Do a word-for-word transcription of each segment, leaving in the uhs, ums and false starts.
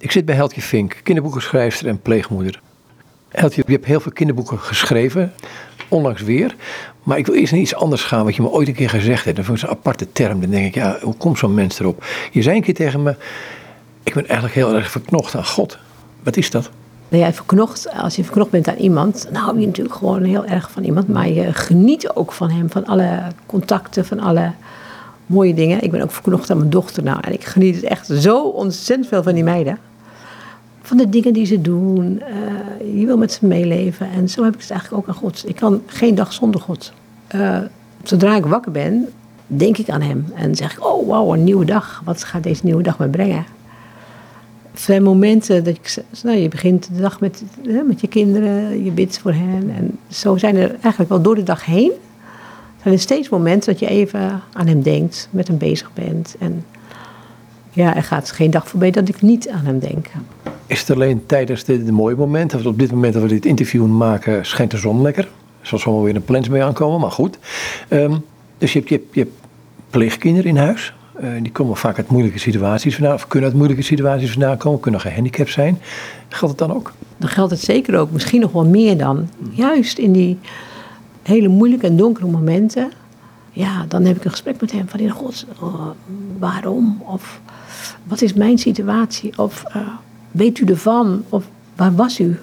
Ik zit bij Heltje Vink, kinderboekenschrijfster en pleegmoeder. Heltje, je hebt heel veel kinderboeken geschreven, onlangs weer. Maar ik wil eerst naar iets anders gaan, wat je me ooit een keer gezegd hebt. Dat vond ik zo'n aparte term. Dan denk ik, ja, hoe komt zo'n mens erop? Je zei een keer tegen me, ik ben eigenlijk heel erg verknocht aan God. Wat is dat? Nou ja, verknocht, als je verknocht bent aan iemand, dan hou je natuurlijk gewoon heel erg van iemand. Maar je geniet ook van hem, van alle contacten, van alle mooie dingen. Ik ben ook verknocht aan mijn dochter nou. En ik geniet het echt zo ontzettend veel van die meiden. Van de dingen die ze doen. Uh, je wil met ze meeleven. En zo heb ik het eigenlijk ook aan God. Ik kan geen dag zonder God. Uh, zodra ik wakker ben, denk ik aan hem. En zeg ik, oh wauw, een nieuwe dag. Wat gaat deze nieuwe dag me brengen? Er zijn momenten dat ik, nou, je begint de dag met, met je kinderen. Je bidt voor hen. En zo zijn er eigenlijk wel door de dag heen. Zijn er steeds momenten dat je even aan hem denkt. Met hem bezig bent. En ja, er gaat geen dag voorbij dat ik niet aan hem denk. Is het alleen tijdens de, de mooie momenten? Want op dit moment dat we dit interview maken, schijnt de zon lekker. Er zal zomaar weer een plans mee aankomen, maar goed. Um, dus je hebt, je, hebt, je hebt pleegkinderen in huis. Uh, die komen vaak uit moeilijke situaties vandaan. Of kunnen uit moeilijke situaties vandaan komen. Kunnen gehandicapt zijn. Geldt het dan ook? Dan geldt het zeker ook. Misschien nog wel meer dan. Juist in die hele moeilijke en donkere momenten. Ja, dan heb ik een gesprek met hem. Van, in God, oh, waarom? Of wat is mijn situatie? Of uh, weet u ervan? Of waar was u?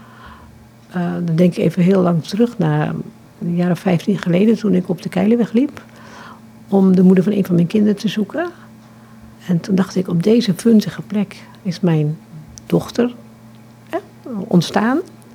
Uh, dan denk ik even heel lang terug naar een jaar of vijftien geleden. Toen ik op de Keilerweg liep. Om de moeder van een van mijn kinderen te zoeken. En toen dacht ik, op deze vunzige plek is mijn dochter eh, ontstaan.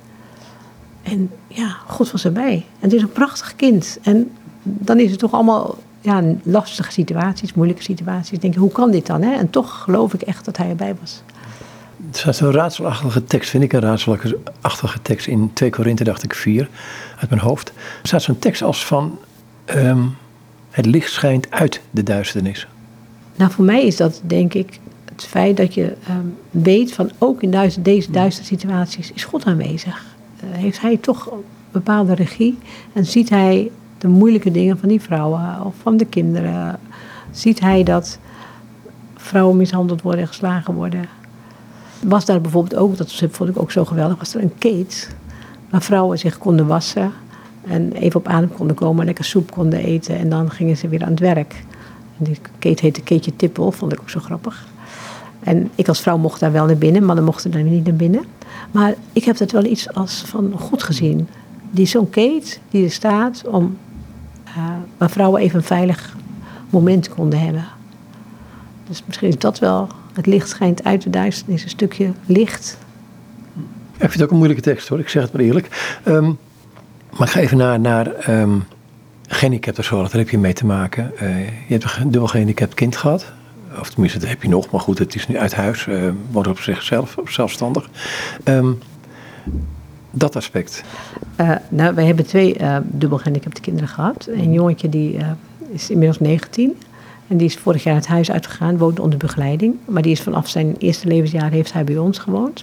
En ja, God was erbij. En het is een prachtig kind. En dan is het toch allemaal ja, lastige situaties, moeilijke situaties. Ik denk, hoe kan dit dan? Hè? En toch geloof ik echt dat hij erbij was. Het staat zo'n raadselachtige tekst, vind ik een raadselachtige tekst in twee Korinthe, dacht ik, vier, uit mijn hoofd. Er staat zo'n tekst als van, um, het licht schijnt uit de duisternis. Nou, voor mij is dat, denk ik, het feit dat je um, weet van, ook in duister, deze duistere situaties is God aanwezig. Uh, heeft hij toch een bepaalde regie en ziet hij de moeilijke dingen van die vrouwen of van de kinderen. Ziet hij dat vrouwen mishandeld worden en geslagen worden. Was daar bijvoorbeeld ook, dat vond ik ook zo geweldig, was er een keet waar vrouwen zich konden wassen en even op adem konden komen, lekker soep konden eten en dan gingen ze weer aan het werk. En die keet heette Keetje Tippel, vond ik ook zo grappig. En ik als vrouw mocht daar wel naar binnen, mannen mochten daar niet naar binnen. Maar ik heb dat wel iets als van God gezien. Die zo'n keet die er staat om uh, waar vrouwen even een veilig moment konden hebben. Dus misschien is dat wel, het licht schijnt uit de duisternis, een stukje licht. Ja, ik vind het ook een moeilijke tekst hoor, ik zeg het maar eerlijk. Um, maar ik ga even naar, naar um, gehandicaptenzorg, daar heb je mee te maken. Uh, je hebt een dubbel gehandicapt kind gehad. Of tenminste, dat heb je nog, maar goed, het is nu uit huis. Uh, woont op zichzelf, op zelfstandig. Um, dat aspect. Uh, nou, wij hebben twee uh, dubbel gehandicapte kinderen gehad. Een jongetje die uh, is inmiddels negentien. En die is vorig jaar het huis uitgegaan, woonde onder begeleiding. Maar die is vanaf zijn eerste levensjaar heeft hij bij ons gewoond.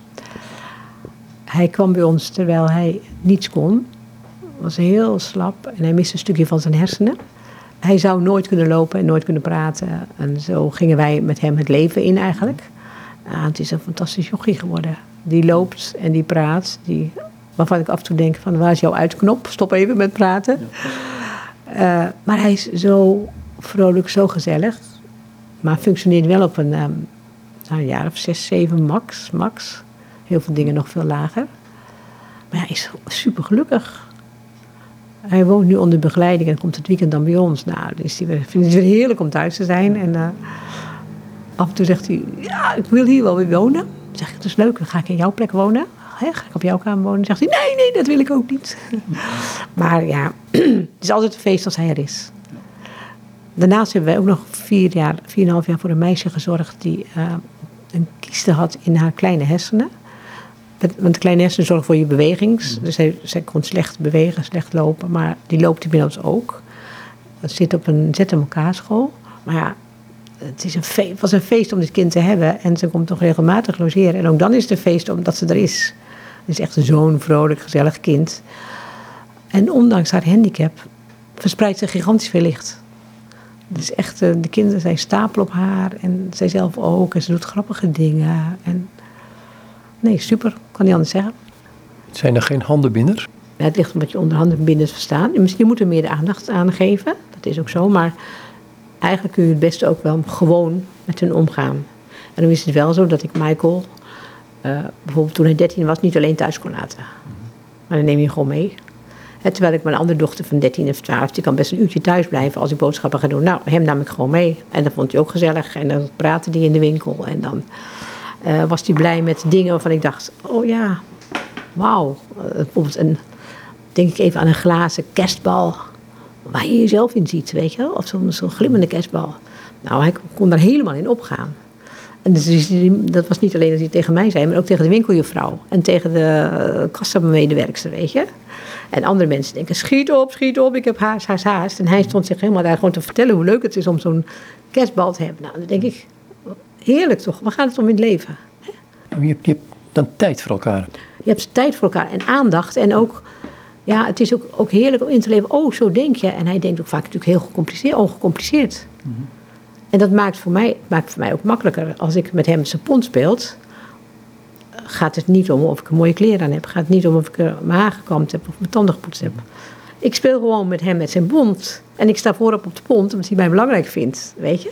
Hij kwam bij ons terwijl hij niets kon. Was heel slap en hij miste een stukje van zijn hersenen. Hij zou nooit kunnen lopen en nooit kunnen praten. En zo gingen wij met hem het leven in eigenlijk. Nou, het is een fantastisch jochie geworden. Die loopt en die praat. Die, waarvan ik af en toe denk van, waar is jouw uitknop? Stop even met praten. Uh, maar hij is zo vrolijk, zo gezellig. Maar functioneert wel op een, um, nou, een jaar of zes, zeven max, max. Heel veel dingen nog veel lager. Maar hij is super gelukkig. Hij woont nu onder begeleiding en komt het weekend dan bij ons. Nou, dan is hij weer, vindt het weer heerlijk om thuis te zijn. En uh, af en toe zegt hij, ja, ik wil hier wel weer wonen. Dan zeg ik, dat is leuk, dan ga ik in jouw plek wonen. He, ga ik op jouw kamer wonen? Dan zegt hij, nee, nee, dat wil ik ook niet. Maar ja, het is altijd een feest als hij er is. Daarnaast hebben wij ook nog vier jaar, vier en een half jaar voor een meisje gezorgd die uh, een kieste had in haar kleine hersenen. Want de kleine hersenen zorgen voor je bewegings. Dus zij, zij kon slecht bewegen, slecht lopen. Maar die loopt inmiddels ook. Dat zit op een zet in elkaar school. Maar ja, het, is een fe- het was een feest om dit kind te hebben. En ze komt toch regelmatig logeren. En ook dan is het een feest omdat ze er is. Het is echt zo'n vrolijk, gezellig kind. En ondanks haar handicap verspreidt ze gigantisch veel licht. Het is echt, de kinderen zijn stapel op haar. En zij zelf ook. En ze doet grappige dingen. En Nee, super. Kan niet anders zeggen. Zijn er geen handenbinders? Ja, het ligt om wat je onder handenbinders verstaat. Misschien moet er meer de aandacht aan geven. Dat is ook zo. Maar eigenlijk kun je het beste ook wel gewoon met hun omgaan. En dan is het wel zo dat ik Michael, uh, bijvoorbeeld toen hij dertien was, niet alleen thuis kon laten. Maar dan neem je hem gewoon mee. En terwijl ik mijn andere dochter van dertien of twaalf, die kan best een uurtje thuis blijven als ik boodschappen ga doen. Nou, hem nam ik gewoon mee. En dat vond hij ook gezellig. En dan praatte hij in de winkel. En dan uh, was hij blij met dingen waarvan ik dacht, oh ja, wauw. Uh, bijvoorbeeld een, denk ik even aan een glazen kerstbal waar je jezelf in ziet, weet je wel. Of zo'n zo'n glimmende kerstbal. Nou, hij kon daar helemaal in opgaan. En dus, dat was niet alleen dat hij tegen mij zei, maar ook tegen de winkeljuffrouw. En tegen de uh, kassamedewerkster, weet je. En andere mensen denken, schiet op, schiet op, ik heb haast, haast, haast. En hij stond zich helemaal daar gewoon te vertellen hoe leuk het is om zo'n kerstbal te hebben. Nou, dan denk ik, heerlijk toch, waar gaat het om in het leven? Je hebt, je hebt dan tijd voor elkaar. Je hebt tijd voor elkaar en aandacht. En ook, ja, het is ook, ook heerlijk om in te leven. Oh, zo denk je. En hij denkt ook vaak natuurlijk heel gecompliceerd, ongecompliceerd. Mm-hmm. En dat maakt voor, mij, maakt voor mij ook makkelijker. Als ik met hem zijn pont speelt, gaat het niet om of ik een mooie kleren aan heb. Gaat het niet om of ik mijn haar gekamd heb of mijn tanden gepoetst heb. Ik speel gewoon met hem met zijn bont. En ik sta voorop op de pont omdat hij mij belangrijk vindt, weet je.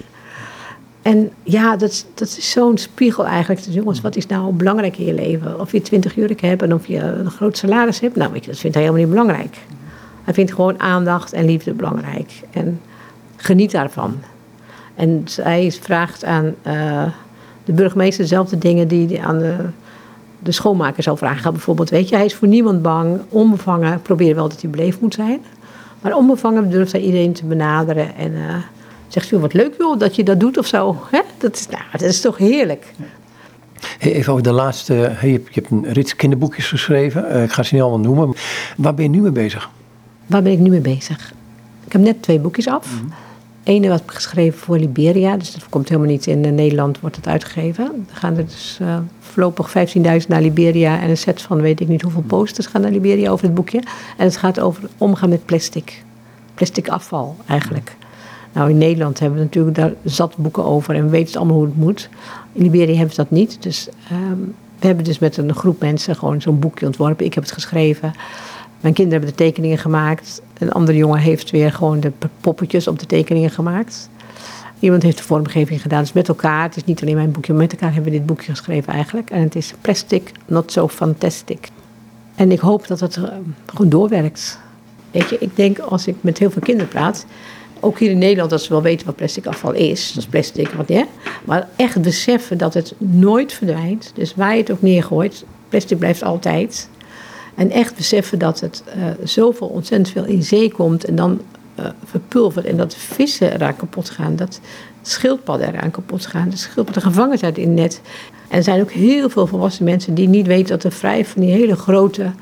En ja, dat, dat is zo'n spiegel eigenlijk. Dus jongens, wat is nou belangrijk in je leven? Of je twintig jurk hebt en of je een groot salaris hebt. Nou, weet je, dat vindt hij helemaal niet belangrijk. Hij vindt gewoon aandacht en liefde belangrijk. En geniet daarvan. En hij vraagt aan uh, de burgemeester dezelfde dingen die hij aan de, de schoonmaker zou vragen. Bijvoorbeeld, weet je, hij is voor niemand bang, onbevangen. Probeer wel dat hij beleefd moet zijn. Maar onbevangen durft hij iedereen te benaderen. En uh, zegt, joh, wat leuk joh, dat je dat doet of zo. Hè? Dat, is, nou, dat is toch heerlijk. Hey, even over de laatste, hey, je, hebt, je hebt een rits kinderboekjes geschreven. Uh, ik ga ze niet allemaal noemen. Waar ben je nu mee bezig? Waar ben ik nu mee bezig? Ik heb net twee boekjes af. Mm-hmm. Ene was geschreven voor Liberia, dus dat komt helemaal niet in Nederland, wordt het uitgegeven. Er gaan er dus uh, voorlopig vijftienduizend naar Liberia en een set van weet ik niet hoeveel posters gaan naar Liberia over het boekje. En het gaat over omgaan met plastic. Plastic afval eigenlijk. Nou, in Nederland hebben we natuurlijk daar zat boeken over en we weten allemaal hoe het moet. In Liberia hebben ze dat niet, dus um, we hebben dus met een groep mensen gewoon zo'n boekje ontworpen. Ik heb het geschreven. Mijn kinderen hebben de tekeningen gemaakt. Een andere jongen heeft weer gewoon de poppetjes op de tekeningen gemaakt. Iemand heeft de vormgeving gedaan. Dus met elkaar, het is niet alleen mijn boekje, maar met elkaar hebben we dit boekje geschreven eigenlijk. En het is Plastic, Not So Fantastic. En ik hoop dat het uh, gewoon doorwerkt. Weet je, ik denk als ik met heel veel kinderen praat, ook hier in Nederland, dat ze wel weten wat plastic afval is. Dat is plastic, wat ja. Maar echt beseffen dat het nooit verdwijnt. Dus waar je het ook neergooit, plastic blijft altijd. En echt beseffen dat het uh, zoveel ontzettend veel in zee komt en dan uh, verpulvert. En dat vissen eraan kapot gaan, dat schildpadden eraan kapot gaan. Dat schildpadden gevangen zijn in het net. En er zijn ook heel veel volwassen mensen die niet weten dat er vrij van die hele grote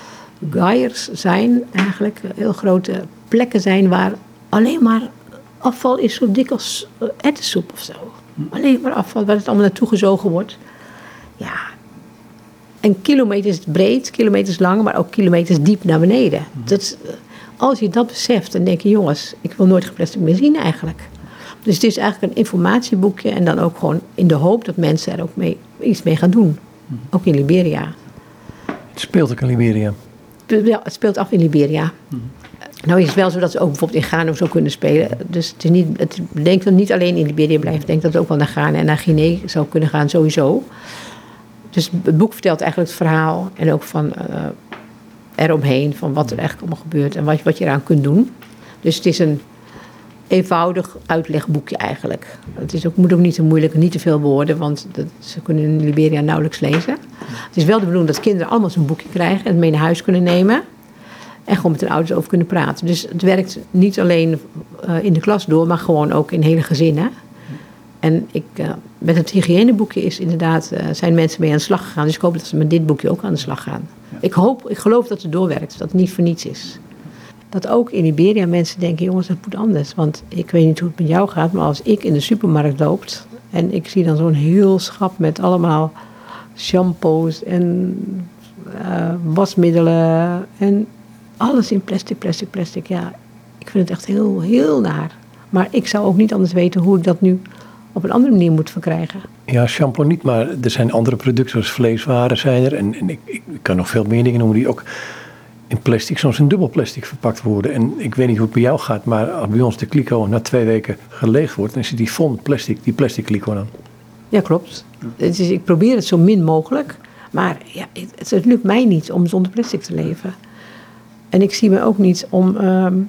geiers zijn. Eigenlijk heel grote plekken zijn waar alleen maar afval is zo dik als uh, ettensoep of zo. Alleen maar afval waar het allemaal naartoe gezogen wordt. Ja. En kilometers breed, kilometers lang, maar ook kilometers diep naar beneden. Dat, als je dat beseft, dan denk je, jongens, ik wil nooit geen plastic meer zien eigenlijk. Dus het is eigenlijk een informatieboekje en dan ook gewoon in de hoop dat mensen er ook mee, iets mee gaan doen. Ook in Liberia. Het speelt ook in Liberia? Ja, het speelt af in Liberia. Mm-hmm. Nou is het wel zo dat ze ook bijvoorbeeld in Ghana zo kunnen spelen. Dus het is niet, het, ik denk dat het niet alleen in Liberia blijft. Ik denk dat het ook wel naar Ghana en naar Guinea zou kunnen gaan, sowieso. Dus het boek vertelt eigenlijk het verhaal en ook van uh, eromheen, van wat er eigenlijk allemaal gebeurt en wat, wat je eraan kunt doen. Dus het is een eenvoudig uitlegboekje eigenlijk. Het is ook, moet ook niet te moeilijk en niet te veel woorden, want dat, ze kunnen in Liberia nauwelijks lezen. Het is wel de bedoeling dat kinderen allemaal zo'n boekje krijgen en het mee naar huis kunnen nemen. En gewoon met hun ouders over kunnen praten. Dus het werkt niet alleen uh, in de klas door, maar gewoon ook in hele gezinnen. En ik, uh, met het hygiëneboekje is inderdaad, uh, zijn mensen mee aan de slag gegaan. Dus ik hoop dat ze met dit boekje ook aan de slag gaan. Ja. Ik hoop, ik geloof dat het doorwerkt, dat het niet voor niets is. Dat ook in Liberia mensen denken, jongens, dat moet anders. Want ik weet niet hoe het met jou gaat, maar als ik in de supermarkt loop en ik zie dan zo'n heel schap met allemaal shampoos en uh, wasmiddelen en alles in plastic, plastic, plastic. Ja, ik vind het echt heel, heel naar. Maar ik zou ook niet anders weten hoe ik dat nu op een andere manier moet verkrijgen. Ja, shampoo niet, maar er zijn andere producten zoals vleeswaren zijn er. En, en ik, ik kan nog veel meer dingen noemen die ook in plastic, soms in dubbel plastic verpakt worden. En ik weet niet hoe het bij jou gaat, maar als bij ons de kliko na twee weken geleegd wordt, dan is die vol met plastic, die plastic kliko dan. Ja, klopt. Dus ik probeer het zo min mogelijk. Maar ja, het, het lukt mij niet om zonder plastic te leven. En ik zie me ook niet om um,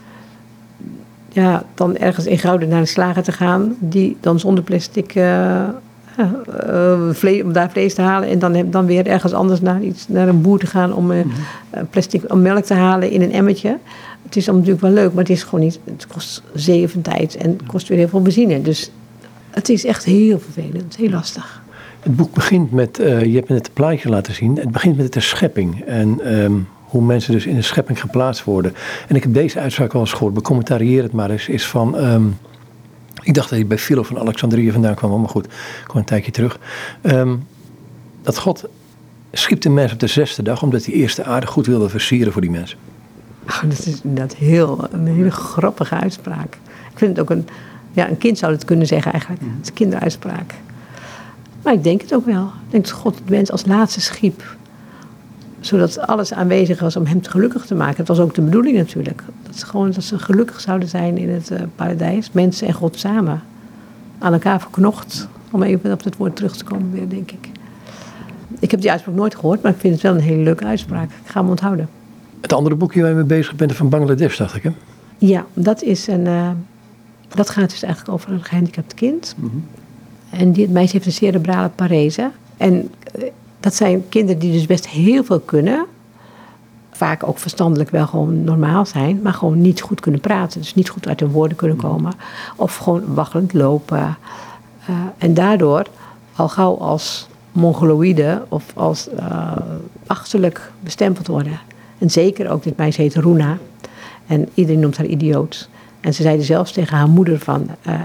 ja, dan ergens in Gouden naar de slager te gaan die dan zonder plastic uh, uh, vlees, om daar vlees te halen en dan, dan weer ergens anders naar, iets, naar een boer te gaan om uh, plastic om melk te halen in een emmertje. Het is dan natuurlijk wel leuk, maar het is gewoon niet. Het kost zeven tijd en het kost weer heel veel benzine. Dus het is echt heel vervelend, heel lastig. Het boek begint met, uh, je hebt me net het plaatje laten zien, het begint met de schepping en um, hoe mensen dus in de schepping geplaatst worden. En ik heb deze uitspraak al eens gehoord, becommentarieer het maar eens, is van, um, ik dacht dat hij bij Philo van Alexandrië vandaan kwam, maar goed, kwam een tijdje terug. Um, dat God schiep de mens op de zesde dag, omdat hij eerst de aarde goed wilde versieren voor die mensen. Oh, dat is inderdaad heel, een hele grappige uitspraak. Ik vind het ook een, ja, een kind zou het kunnen zeggen eigenlijk. Het is een kinderuitspraak. Maar ik denk het ook wel. Ik denk dat God de mens als laatste schiep. Zodat alles aanwezig was om hem gelukkig te maken. Dat was ook de bedoeling natuurlijk. Dat ze, gewoon, dat ze gelukkig zouden zijn in het uh, paradijs. Mensen en God samen. Aan elkaar verknocht. Om even op het woord terug te komen weer, denk ik. Ik heb die uitspraak nooit gehoord. Maar ik vind het wel een hele leuke uitspraak. Ik ga hem onthouden. Het andere boekje waar je mee bezig bent van Bangladesh, dacht ik, hè? Ja, dat is een... Uh, dat gaat dus eigenlijk over een gehandicapt kind. Mm-hmm. En die, het meisje heeft een cerebrale parese. En uh, dat zijn kinderen die dus best heel veel kunnen. Vaak ook verstandelijk wel gewoon normaal zijn. Maar gewoon niet goed kunnen praten. Dus niet goed uit hun woorden kunnen komen. Of gewoon waggelend lopen. Uh, en daardoor al gauw als mongoloïde of als uh, achterlijk bestempeld worden. En zeker ook, dit meisje heet Runa. En iedereen noemt haar idioot. En ze zeiden zelfs tegen haar moeder van... Uh,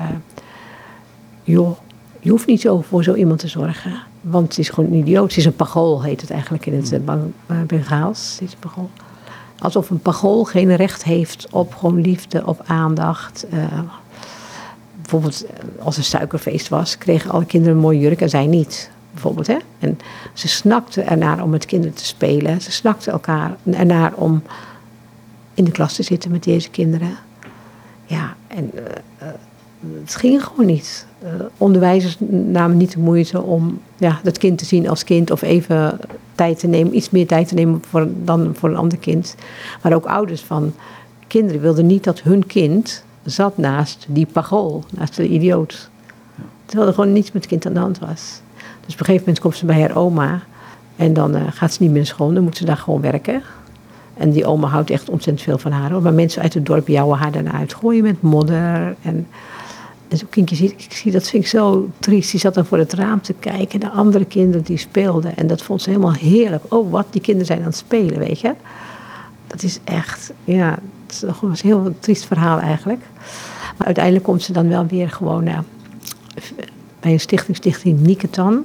joh, je hoeft niet zo voor zo iemand te zorgen. Want ze is gewoon een idioot. Ze is een pagool, heet het eigenlijk in het uh, Bengaals. Ze is een pagool. Alsof een pagool geen recht heeft op gewoon liefde, op aandacht. Uh, bijvoorbeeld als er suikerfeest was, kregen alle kinderen een mooie jurk en zij niet. Bijvoorbeeld, hè? En ze snakten ernaar om met kinderen te spelen. Ze snakten elkaar ernaar om in de klas te zitten met deze kinderen. Ja, en uh, uh, het ging gewoon niet. Uh, onderwijzers namen niet de moeite om ja, dat kind te zien als kind of even tijd te nemen, iets meer tijd te nemen voor, dan voor een ander kind. Maar ook ouders van kinderen wilden niet dat hun kind zat naast die pagool, naast de idioot. Terwijl er gewoon niets met het kind aan de hand was. Dus op een gegeven moment komt ze bij haar oma en dan uh, gaat ze niet meer naar school, dan moet ze daar gewoon werken. En die oma houdt echt ontzettend veel van haar. Hoor. Maar mensen uit het dorp jouwen haar daarna uit. Gooien met modder. En, en zo'n kindje zie ik, zie, dat vind ik zo triest. Die zat dan voor het raam te kijken. En de andere kinderen die speelden. En dat vond ze helemaal heerlijk. Oh, wat, die kinderen zijn aan het spelen, weet je. Dat is echt, ja, het is gewoon een heel triest verhaal eigenlijk. Maar uiteindelijk komt ze dan wel weer gewoon uh, bij een stichting, stichting Niketan.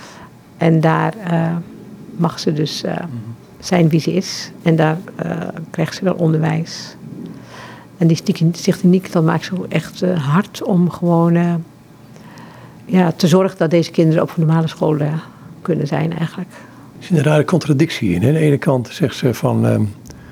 En daar uh, mag ze dus... Uh, zijn wie ze is. En daar uh, krijgt ze wel onderwijs. En die stichting Niketan maakt zo echt uh, hard om gewoon uh, ja, te zorgen dat deze kinderen op normale scholen uh, kunnen zijn eigenlijk. Er zit een rare contradictie in. Hè? Aan de ene kant zegt ze van... Uh,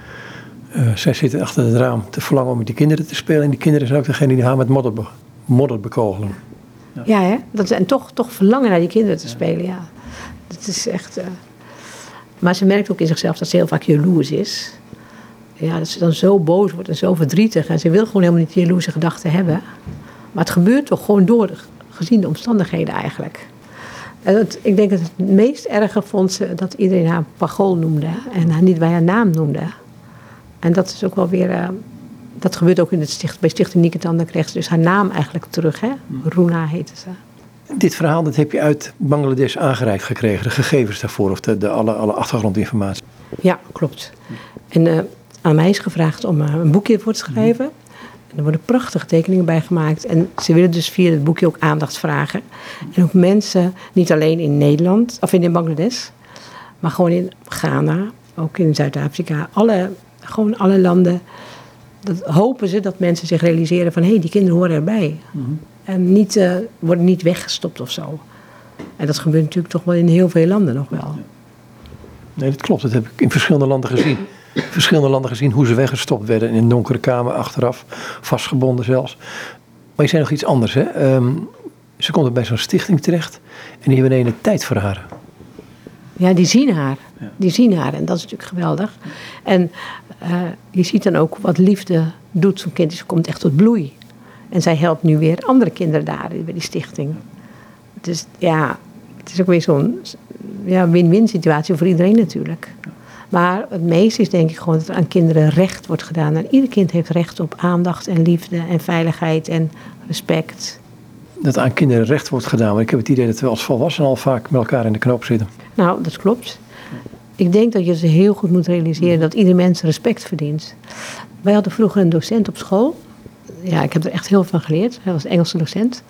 uh, zij zitten achter het raam te verlangen om met die kinderen te spelen. En die kinderen zijn ook degene die haar met modder, be- modder bekogelen. Ja, ja hè? Dat, en toch, toch verlangen naar die kinderen te spelen, ja. Dat is echt... Uh, Maar ze merkt ook in zichzelf dat ze heel vaak jaloers is. Ja, dat ze dan zo boos wordt en zo verdrietig. En ze wil gewoon helemaal niet die jaloerse gedachten hebben. Maar het gebeurt toch gewoon door, gezien de omstandigheden eigenlijk. En het, ik denk dat het meest erge vond ze dat iedereen haar pagool noemde. En haar niet bij haar naam noemde. En dat is ook wel weer... Uh, dat gebeurt ook in het sticht, bij Stichting Niketan. Dan kreeg ze dus haar naam eigenlijk terug. Hè? Runa heette ze. Dit verhaal dat heb je uit Bangladesh aangereikt gekregen, de gegevens daarvoor of de, de alle, alle achtergrondinformatie. Ja, klopt. En uh, aan mij is gevraagd om uh, een boekje voor te schrijven. En er worden prachtige tekeningen bij gemaakt. En ze willen dus via het boekje ook aandacht vragen. En ook mensen, niet alleen in Nederland, of in Bangladesh, maar gewoon in Ghana, ook in Zuid-Afrika, alle, gewoon alle landen. Dat hopen ze dat mensen zich realiseren van, hé, hey, die kinderen horen erbij. Mm-hmm. En niet, uh, worden niet weggestopt of zo. En dat gebeurt natuurlijk toch wel in heel veel landen nog wel. Nee, dat klopt. Dat heb ik in verschillende landen gezien. Verschillende landen gezien hoe ze weggestopt werden in een donkere kamer achteraf. Vastgebonden zelfs. Maar je zei nog iets anders, hè? Um, ze komt bij zo'n stichting terecht en die hebben een hele tijd voor haar. Ja, die zien haar. Ja. Die zien haar en dat is natuurlijk geweldig. En uh, je ziet dan ook wat liefde doet zo'n kind. Ze komt echt tot bloei. En zij helpt nu weer andere kinderen daar bij die stichting. Dus ja, het is ook weer zo'n ja, win-win situatie voor iedereen natuurlijk. Maar het meeste is denk ik gewoon dat er aan kinderen recht wordt gedaan. En ieder kind heeft recht op aandacht en liefde en veiligheid en respect. Dat aan kinderen recht wordt gedaan. Maar ik heb het idee dat we als volwassenen al vaak met elkaar in de knoop zitten. Nou, dat klopt. Ik denk dat je ze heel goed moet realiseren dat ieder mens respect verdient. Wij hadden vroeger een docent op school. Ja, ik heb er echt heel veel van geleerd. Hij was een Engelse docent.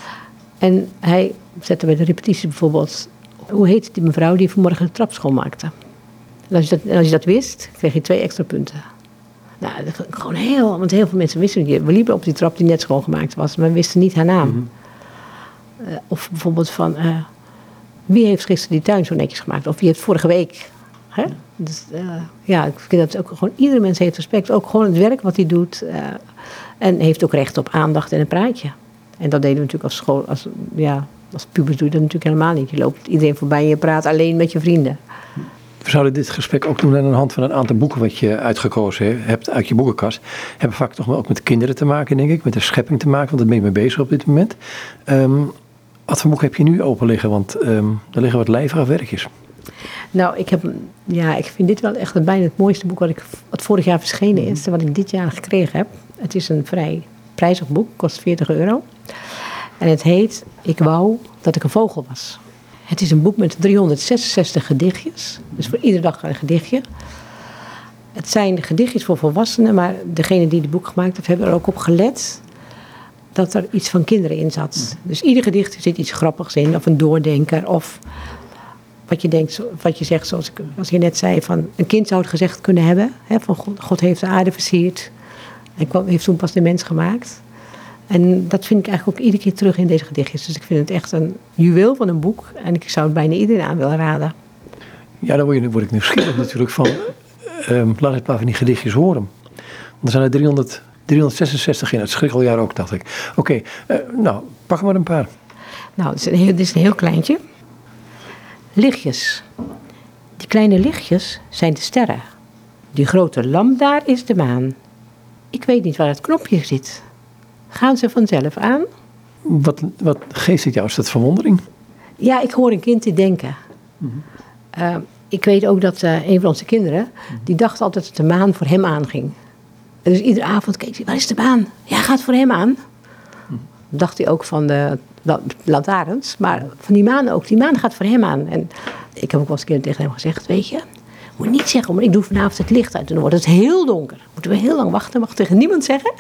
En hij zette bij de repetitie bijvoorbeeld... Hoe heet die mevrouw die vanmorgen de trap schoonmaakte? En als je dat, als je dat wist, kreeg je twee extra punten. Nou, dat, gewoon heel... Want heel veel mensen wisten niet. We liepen op die trap die net schoongemaakt was, maar we wisten niet haar naam. Mm-hmm. Uh, of bijvoorbeeld van... Uh, wie heeft gisteren die tuin zo netjes gemaakt? Of wie heeft vorige week... Hè? Dus, uh, ja, ik vind dat ook gewoon... Iedere mens heeft respect. Ook gewoon het werk wat hij doet. Uh, en heeft ook recht op aandacht en een praatje. En dat deden we natuurlijk als school... Als, ja, als pubers doe je dat natuurlijk helemaal niet. Je loopt iedereen voorbij en je praat alleen met je vrienden. We zouden dit gesprek ook doen aan de hand van een aantal boeken... wat je uitgekozen hebt uit je boekenkast. Hebben vaak toch wel ook met kinderen te maken, denk ik. Met de schepping te maken, want daar ben ik mee bezig op dit moment. Um, wat voor boek heb je nu open liggen? Want um, er liggen wat lijvige werkjes. Nou, ik, heb, ja, ik vind dit wel echt bijna het mooiste boek... wat, ik, wat vorig jaar verschenen is en wat ik dit jaar gekregen heb. Het is een vrij prijzig boek, kost veertig euro. En het heet Ik wou dat ik een vogel was. Het is een boek met driehonderdzesenzestig gedichtjes. Dus voor iedere dag een gedichtje. Het zijn gedichtjes voor volwassenen, maar degene die het boek gemaakt heeft, hebben er ook op gelet dat er iets van kinderen in zat. Dus ieder gedicht zit iets grappigs in, of een doordenker, of wat je denkt, wat je zegt, zoals ik, als je net zei, van een kind zou het gezegd kunnen hebben, hè, van God, God heeft de aarde versierd en kwam, heeft toen pas de mens gemaakt. En dat vind ik eigenlijk ook iedere keer terug in deze gedichtjes. Dus ik vind het echt een juweel van een boek. En ik zou het bijna iedereen aan willen raden. Ja, dan word, je, word ik nieuwsgierig natuurlijk van... Um, laat het maar van die gedichtjes horen. Want er zijn er driehonderd, driehonderdzesenzestig in. Het schrikkeljaar ook, dacht ik. Oké, okay, uh, nou, pak er maar een paar. Nou, dit is een heel, dit is een heel kleintje. Lichtjes. Die kleine lichtjes zijn de sterren. Die grote lamp daar is de maan. Ik weet niet waar het knopje zit... Gaan ze vanzelf aan? Wat, wat geeft het jou? Is dat verwondering? Ja, ik hoor een kind die denken. Mm-hmm. Uh, ik weet ook dat uh, een van onze kinderen... die dacht altijd dat de maan voor hem aanging. En dus iedere avond keek hij, waar is de maan? Ja, gaat voor hem aan. Mm-hmm. Dacht hij ook van de lantaarns. Maar van die maan ook. Die maan gaat voor hem aan. En ik heb ook wel eens een keer tegen hem gezegd... weet je, moet niet zeggen, maar ik doe vanavond het licht uit. En dan wordt het heel donker. Moeten we heel lang wachten. Mag tegen niemand zeggen...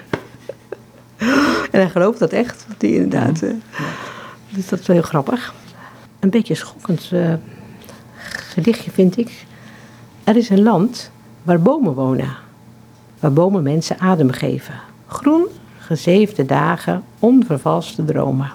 En hij gelooft dat echt, die inderdaad. Ja. Dus dat is wel heel grappig. Een beetje schokkend uh, gedichtje vind ik. Er is een land waar bomen wonen. Waar bomen mensen adem geven. Groen, gezeefde dagen, onvervalste dromen.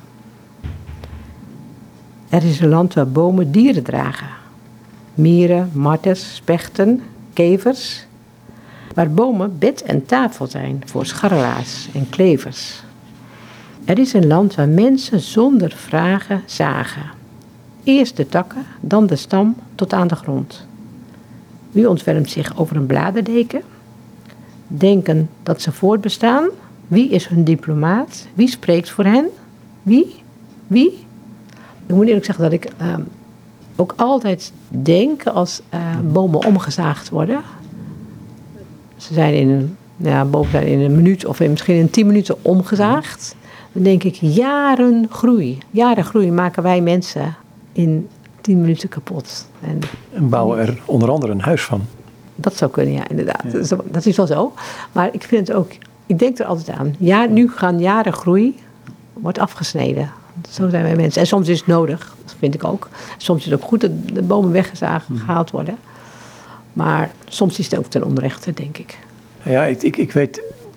Er is een land waar bomen dieren dragen. Mieren, marters, spechten, kevers... Waar bomen bed en tafel zijn voor scharrelaars en klevers. Er is een land waar mensen zonder vragen zagen. Eerst de takken, dan de stam tot aan de grond. Wie ontfermt zich over een bladerdeken? Denken dat ze voortbestaan? Wie is hun diplomaat? Wie spreekt voor hen? Wie? Wie? Ik moet eerlijk zeggen dat ik uh, ook altijd denk als uh, bomen omgezaagd worden... Ze zijn in een, ja, boven zijn in een minuut of in misschien in tien minuten omgezaagd. Dan denk ik, jaren groei. Jaren groei maken wij mensen in tien minuten kapot. En, en bouwen er onder andere een huis van. Dat zou kunnen, ja, inderdaad. Ja. Dat, is, dat is wel zo. Maar ik vind het ook, ik denk er altijd aan. Ja, nu gaan jaren groei, wordt afgesneden. Zo zijn wij mensen. En soms is het nodig, dat vind ik ook. Soms is het ook goed dat de bomen weggezaagd gehaald worden. Maar soms is het ook ten onrechte, denk ik. Ja, ik, ik, ik weet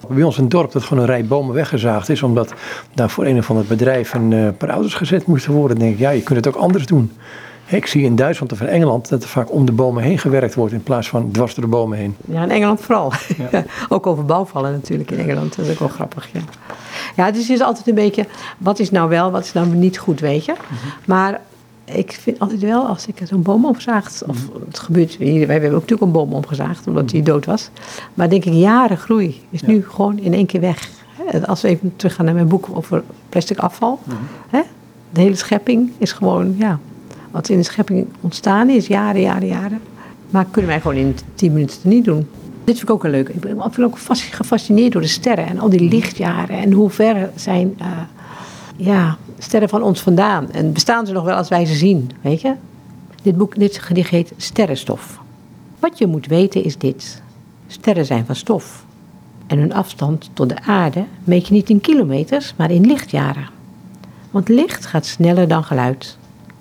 Bij ons een dorp dat gewoon een rij bomen weggezaagd is, omdat daar voor een of ander bedrijf een uh, paar auto's gezet moesten worden. Dan denk ik, ja, je kunt het ook anders doen. Ik zie in Duitsland of in Engeland dat er vaak om de bomen heen gewerkt wordt in plaats van dwars door de bomen heen. Ja, in Engeland vooral. Ja. Ook over bouwvallen natuurlijk in Engeland. Dat is ook wel grappig, ja. Ja, dus het is altijd een beetje, wat is nou wel, wat is nou niet goed, weet je. Mm-hmm. Maar ik vind altijd wel, als ik zo'n boom omzaag, of het gebeurt, wij hebben ook natuurlijk een boom omgezaagd, omdat die dood was. Maar denk ik, jaren groei is ja. nu gewoon in één keer weg. Als we even teruggaan naar mijn boek over plastic afval. Mm-hmm. Hè? De hele schepping is gewoon, ja, wat in de schepping ontstaan is, jaren, jaren, jaren. Maar kunnen wij gewoon in tien minuten niet doen. Dit vind ik ook een leuk. Ik ben ook gefascineerd door de sterren en al die lichtjaren. En hoe ver zijn uh, ja, sterren van ons vandaan. En bestaan ze nog wel als wij ze zien, weet je? Dit boek, dit gedicht heet Sterrenstof. Wat je moet weten is dit. Sterren zijn van stof. En hun afstand tot de aarde meet je niet in kilometers, maar in lichtjaren. Want licht gaat sneller dan geluid.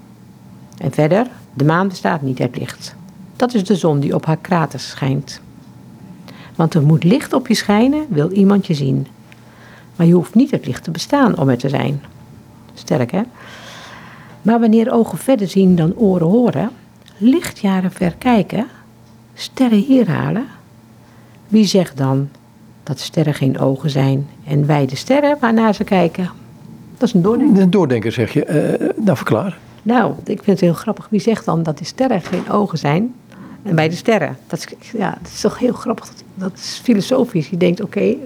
En verder, de maan bestaat niet uit licht. Dat is de zon die op haar kraters schijnt. Want er moet licht op je schijnen, wil iemand je zien. Maar je hoeft niet uit licht te bestaan om er te zijn. Sterk, hè? Maar wanneer ogen verder zien dan oren horen, lichtjaren ver kijken, sterren hier halen, wie zegt dan dat sterren geen ogen zijn en wij de sterren waarnaar ze kijken? Dat is een doordenker. Een doordenker, zeg je. Uh, nou, verklaar. Nou, ik vind het heel grappig. Wie zegt dan dat de sterren geen ogen zijn en wij de sterren? Dat is, ja, dat is toch heel grappig. Dat, dat is filosofisch. Je denkt, oké, okay,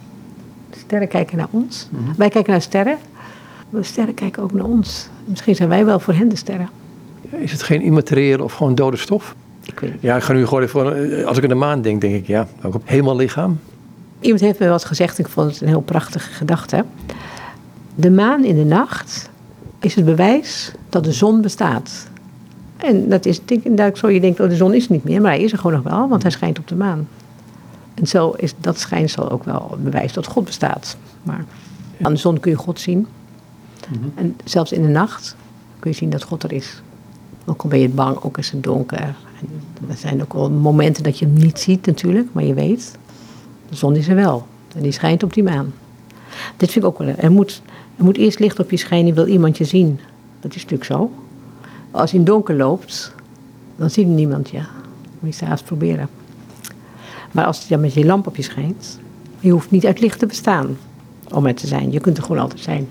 de sterren kijken naar ons. Mm-hmm. Wij kijken naar sterren. Maar de sterren kijken ook naar ons. Misschien zijn wij wel voor hen de sterren. Is het geen immateriële of gewoon dode stof? Ik weet het. Ja, ik ga nu gewoon even, als ik aan de maan denk, denk ik, ja, ook op helemaal lichaam. Iemand heeft me wel eens gezegd, ik vond het een heel prachtige gedachte. De maan in de nacht is het bewijs dat de zon bestaat. En dat is duidelijk zo, je denkt, oh, de zon is er niet meer, maar hij is er gewoon nog wel, want hij schijnt op de maan. En zo is dat schijnsel ook wel het bewijs dat God bestaat. Maar aan de zon kun je God zien. Mm-hmm. En zelfs in de nacht kun je zien dat God er is. Ook al ben je bang, ook is het donker. En er zijn ook wel momenten dat je hem niet ziet natuurlijk, maar je weet, de zon is er wel. En die schijnt op die maan. Dit vind ik ook wel. Er moet, er moet eerst licht op je schijnen, wil iemand je zien. Dat is natuurlijk zo. Als je in het donker loopt, dan ziet niemand je. Moet je het eens proberen. Maar als je met je lamp op je schijnt, je hoeft niet uit licht te bestaan om er te zijn. Je kunt er gewoon altijd zijn.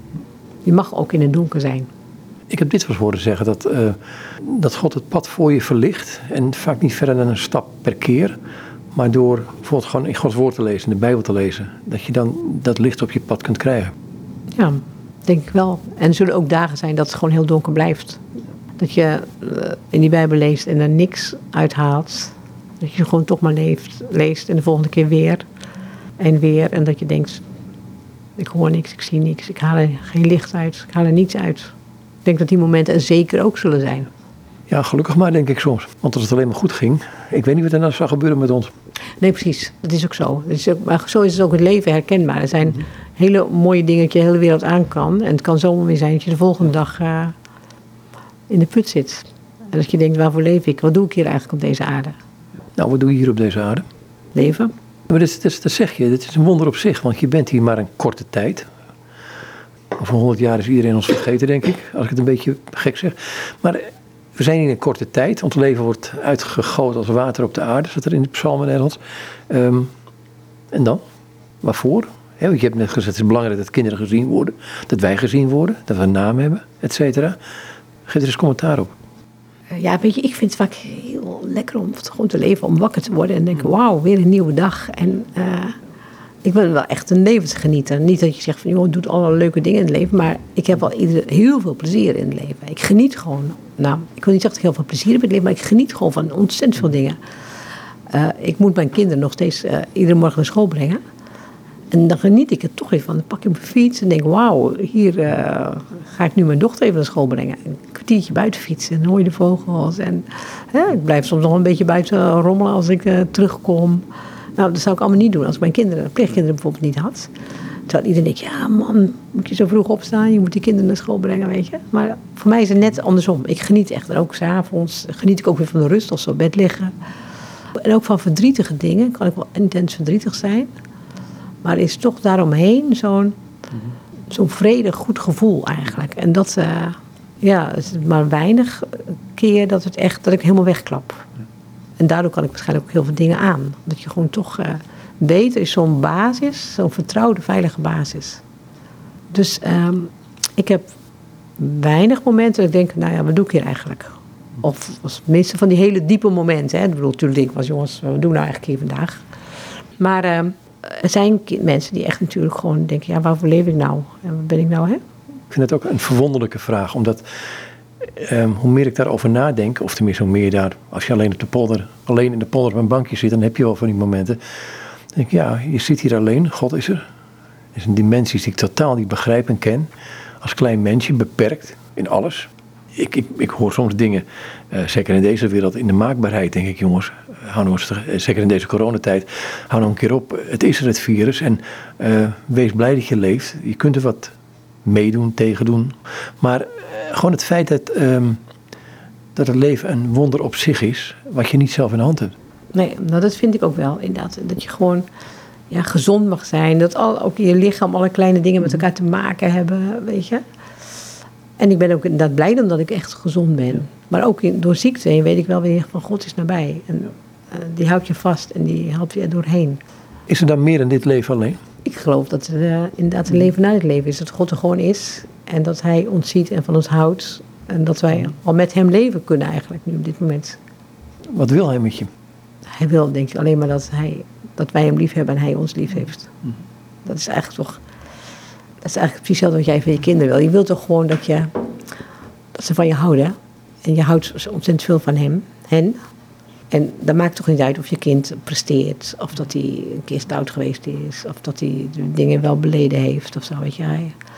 Je mag ook in het donker zijn. Ik heb dit wel eens horen zeggen, dat, uh, dat God het pad voor je verlicht. En vaak niet verder dan een stap per keer. Maar door bijvoorbeeld gewoon in Gods woord te lezen, in de Bijbel te lezen, dat je dan dat licht op je pad kunt krijgen. Ja, denk ik wel. En er zullen ook dagen zijn dat het gewoon heel donker blijft. Dat je uh, in die Bijbel leest en er niks uithaalt. Dat je gewoon toch maar leeft, leest en de volgende keer weer en weer. En dat je denkt, ik hoor niks, ik zie niks, ik haal er geen licht uit, ik haal er niets uit. Ik denk dat die momenten er zeker ook zullen zijn. Ja, gelukkig maar, denk ik soms. Want als het alleen maar goed ging, ik weet niet wat er nou zou gebeuren met ons. Nee, precies. Dat is ook zo. Dat is ook, maar zo is het ook het leven herkenbaar. Er zijn mm-hmm. hele mooie dingen dat je de hele wereld aan kan. En het kan zomaar weer zijn dat je de volgende dag uh, in de put zit. En dat je denkt, waarvoor leef ik? Wat doe ik hier eigenlijk op deze aarde? Nou, wat doe je hier op deze aarde? Leven. Maar dat, dat, dat zeg je, dat is een wonder op zich. Want je bent hier maar een korte tijd. Over honderd jaar is iedereen ons vergeten, denk ik. Als ik het een beetje gek zeg. Maar we zijn in een korte tijd. Ons leven wordt uitgegoten als water op de aarde. Zat er in de psalmen Nederlands. Um, en dan? Waarvoor? He, want je hebt net gezegd, het is belangrijk dat kinderen gezien worden. Dat wij gezien worden. Dat we een naam hebben, et cetera. Geef er eens commentaar op. Ja, weet je, ik vind het vaak heel lekker om gewoon te leven. Om wakker te worden en denken, wauw, weer een nieuwe dag. En uh, ik ben wel echt een levensgenieter. Niet dat je zegt van, joh, doet alle leuke dingen in het leven. Maar ik heb wel ieder, heel veel plezier in het leven. Ik geniet gewoon. Nou, ik wil niet zeggen dat ik heel veel plezier heb in het leven. Maar ik geniet gewoon van ontzettend veel dingen. Uh, ik moet mijn kinderen nog steeds uh, iedere morgen naar school brengen. En dan geniet ik er toch even van. Dan pak ik mijn fiets en denk, wauw, hier uh, ga ik nu mijn dochter even naar school brengen. Een kwartiertje buiten fietsen en dan hoor je de vogels. En uh, ik blijf soms nog een beetje buiten rommelen als ik uh, terugkom. Nou, dat zou ik allemaal niet doen als ik mijn kinderen, pleegkinderen bijvoorbeeld niet had. Terwijl iedereen denkt, ja man, moet je zo vroeg opstaan? Je moet die kinderen naar school brengen, weet je. Maar voor mij is het net andersom. Ik geniet echt. En ook 's avonds geniet ik ook weer van de rust als ze op bed liggen. En ook van verdrietige dingen. Kan ik wel intens verdrietig zijn. Maar er is toch daaromheen zo'n, mm-hmm. zo'n vredig, goed gevoel eigenlijk. En dat, uh, ja, het is maar weinig keer dat, het echt, dat ik helemaal wegklap. Ja. En daardoor kan ik waarschijnlijk ook heel veel dingen aan. Dat je gewoon toch uh, weet, er is zo'n basis, zo'n vertrouwde, veilige basis. Dus um, ik heb weinig momenten dat ik denk, nou ja, wat doe ik hier eigenlijk? Of als meeste van die hele diepe momenten. Hè. Ik bedoel, natuurlijk denk ik was, jongens, wat doen we nou eigenlijk hier vandaag? Maar uh, er zijn mensen die echt natuurlijk gewoon denken, ja, waarvoor leef ik nou? En wat ben ik nou, hè? Ik vind het ook een verwonderlijke vraag, omdat um, hoe meer ik daarover nadenk, of tenminste hoe meer daar, als je alleen op de polder, alleen in de polder op een bankje zit, dan heb je wel van die momenten. Dan denk ik, ja, je zit hier alleen, God is er. Er is een dimensie die ik totaal niet begrijp en ken. Als klein mensje, beperkt in alles. Ik, ik, ik hoor soms dingen, uh, zeker in deze wereld, in de maakbaarheid, denk ik, jongens, hou nou eens, zeker in deze coronatijd, hou nou een keer op. Het is er, het virus, en uh, wees blij dat je leeft. Je kunt er wat meedoen, tegendoen. Maar uh, gewoon het feit dat, um, dat het leven een wonder op zich is, wat je niet zelf in de hand hebt. Nee, nou dat vind ik ook wel, inderdaad. Dat je gewoon ja, gezond mag zijn. Dat al, ook in je lichaam alle kleine dingen met elkaar te maken hebben, weet je. En ik ben ook inderdaad blij dan dat ik echt gezond ben. Ja. Maar ook in, door ziekte heen weet ik wel weer van God is nabij. En uh, die houdt je vast en die helpt je er doorheen. Is er dan meer in dit leven alleen? Ik geloof dat er uh, inderdaad een leven na het leven is. Dat God er gewoon is. En dat hij ons ziet en van ons houdt. En dat wij al met hem leven kunnen eigenlijk nu op dit moment. Wat wil hij met je? Hij wil denk ik alleen maar dat, hij, dat wij hem lief hebben en hij ons lief heeft. Mm. Dat is eigenlijk toch... Dat is eigenlijk precies hetzelfde wat jij van je kinderen wil. Je wilt toch gewoon dat, je, dat ze van je houden. En je houdt ontzettend veel van hem, hen. En dat maakt toch niet uit of je kind presteert. Of dat hij een keer stout geweest is. Of dat hij dingen wel beleden heeft. Of zo, weet je.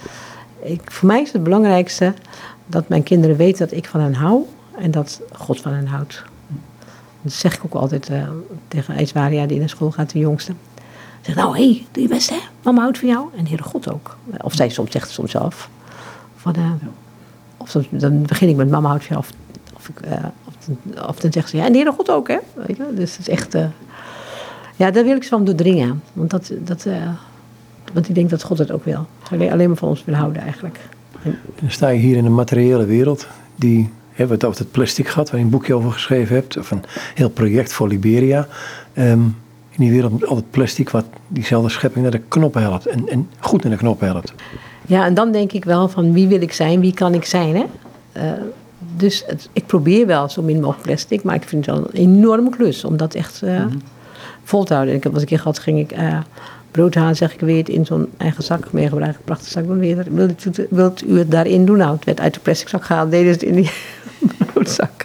Ik, voor mij is het belangrijkste dat mijn kinderen weten dat ik van hen hou. En dat God van hen houdt. Dat zeg ik ook altijd uh, tegen IJswaria die naar school gaat, de jongste. Zeg, nou, hé, hey, doe je best, hè? Mama houdt van jou. En de Heere God ook. Of zij soms zegt het soms zelf. Van, uh, of soms, dan begin ik met mama houdt van jou. Of, of, ik, uh, of, of dan zegt ze, ja, en de Heere God ook, hè? Weet je? Dus het is echt... Uh, ja, daar wil ik ze van doordringen. Want, dat, dat, uh, want ik denk dat God het ook wil. Alleen, alleen maar van ons wil houden, eigenlijk. En, dan sta je hier in een materiële wereld die... We hebben het over het plastic gehad, waar je een boekje over geschreven hebt. Of een heel project voor Liberia. Um, in die wereld met al het plastic wat diezelfde schepping naar de knoppen helpt. En, en goed naar de knoppen helpt. Ja, en dan denk ik wel van wie wil ik zijn, wie kan ik zijn, hè? Uh, dus het, ik probeer wel zo min mogelijk plastic. Maar ik vind het wel een enorme klus om dat echt uh, mm-hmm. vol te houden. En ik heb als een keer gehad, ging ik uh, brood halen, zeg ik, wil je het in zo'n eigen zak meegebruiken? Een prachtige zak. Wilt, wilt, wilt u het daarin doen? Nou, het werd uit de plastic zak gehaald, deden ze het in die broodzak.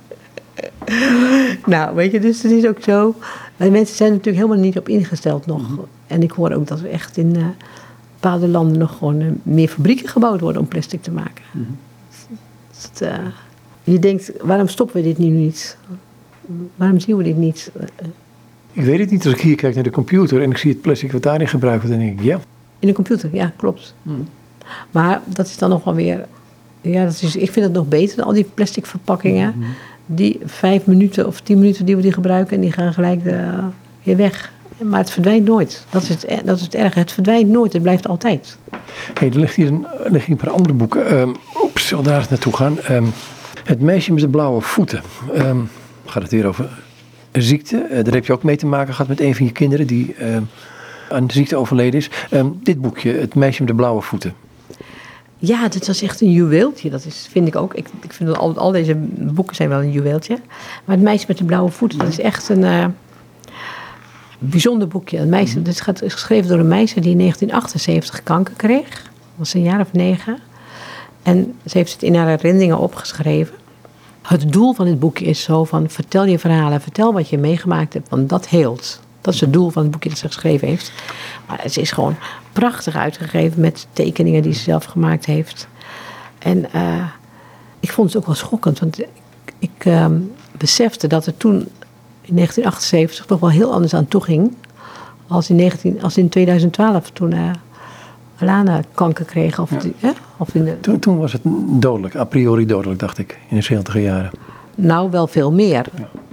Nou, weet je, dus het is ook zo. Maar mensen zijn er natuurlijk helemaal niet op ingesteld nog. Mm-hmm. En ik hoor ook dat er echt in uh, bepaalde landen nog gewoon uh, meer fabrieken gebouwd worden om plastic te maken. Mm-hmm. Dus het, uh, je denkt, waarom stoppen we dit nu niet? Waarom zien we dit niet? Ik weet het niet. Als ik hier kijk naar de computer en ik zie het plastic wat daarin gebruikt wordt, dan denk ik, ja. In de computer, ja, klopt. Mm. Maar dat is dan nog wel weer... Ja, dat is, ik vind het nog beter dan al die plastic verpakkingen. Mm-hmm. Die vijf minuten of tien minuten die we die gebruiken en die gaan gelijk de, weer weg. Maar het verdwijnt nooit. Dat is het, dat is het erge. Het verdwijnt nooit. Het blijft altijd. Hey, er ligt hier een, er liggen een paar andere boeken. Um, oeps, zal daar eens naartoe gaan. Um, het meisje met de blauwe voeten. Um, gaat het weer over een ziekte. Uh, daar heb je ook mee te maken gehad met een van je kinderen die uh, aan de ziekte overleden is. Um, dit boekje, Het meisje met de blauwe voeten. Ja, dit was echt een juweeltje. Dat is, vind ik ook. Ik, ik vind dat al, al deze boeken zijn wel een juweeltje. Maar Het meisje met de blauwe voeten, dat is echt een uh, bijzonder boekje. Een meisje, mm-hmm. Dit is geschreven door een meisje die in negentien achtenzeventig kanker kreeg. Dat was een jaar of negen. En ze heeft het in haar herinneringen opgeschreven. Het doel van dit boekje is zo van, vertel je verhalen, vertel wat je meegemaakt hebt, want dat heelt. Dat is het doel van het boekje dat ze geschreven heeft. Maar het is gewoon prachtig uitgegeven met tekeningen die ze zelf gemaakt heeft. En uh, ik vond het ook wel schokkend, want ik, ik uh, besefte dat er toen in negentien achtenzeventig toch wel heel anders aan toe ging. Als in, negentien, als in tweeduizend twaalf, toen uh, Alana kanker kreeg. Of ja. die, eh? of in de... toen, toen was het dodelijk, a priori dodelijk, dacht ik, in de zeventiger jaren. Nou, wel veel meer. Ja.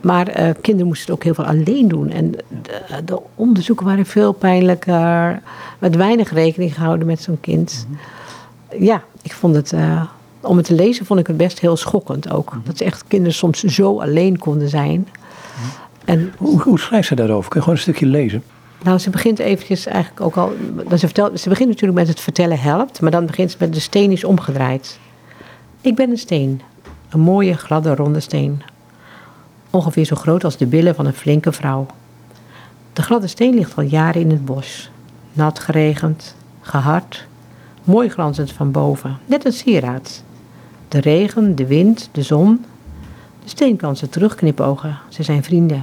Maar uh, kinderen moesten het ook heel veel alleen doen. En de, de onderzoeken waren veel pijnlijker. Er werd weinig rekening gehouden met zo'n kind. Mm-hmm. Ja, ik vond het... Uh, om het te lezen vond ik het best heel schokkend ook. Mm-hmm. Dat ze echt kinderen soms zo alleen konden zijn. Mm-hmm. En hoe, hoe schrijft ze daarover? Kun je gewoon een stukje lezen? Nou, ze begint eventjes eigenlijk ook al... Ze, vertelt, ze begint natuurlijk met het vertellen helpt. Maar dan begint ze met de steen is omgedraaid. Ik ben een steen. Een mooie, gladde, ronde steen. Ongeveer zo groot als de billen van een flinke vrouw. De gladde steen ligt al jaren in het bos. Nat geregend, gehard, mooi glanzend van boven. Net een sieraad. De regen, de wind, de zon. De steen kan ze terugknipogen. Ze zijn vrienden.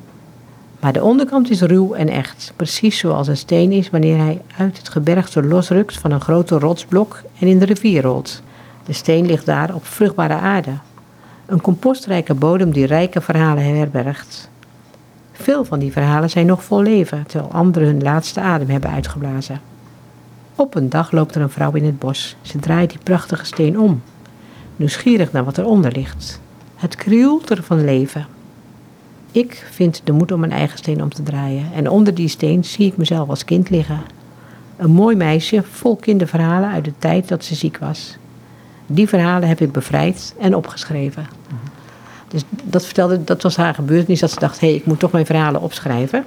Maar de onderkant is ruw en echt. Precies zoals een steen is wanneer hij uit het gebergte losrukt van een grote rotsblok en in de rivier rolt. De steen ligt daar op vruchtbare aarde. Een compostrijke bodem die rijke verhalen herbergt. Veel van die verhalen zijn nog vol leven, terwijl anderen hun laatste adem hebben uitgeblazen. Op een dag loopt er een vrouw in het bos. Ze draait die prachtige steen om. Nieuwsgierig naar wat eronder ligt. Het krioelt er van leven. Ik vind de moed om mijn eigen steen om te draaien. En onder die steen zie ik mezelf als kind liggen. Een mooi meisje, vol kinderverhalen uit de tijd dat ze ziek was. Die verhalen heb ik bevrijd en opgeschreven. Mm-hmm. Dus dat vertelde, dat was haar gebeurtenis, dat ze dacht, hé, hey, ik moet toch mijn verhalen opschrijven.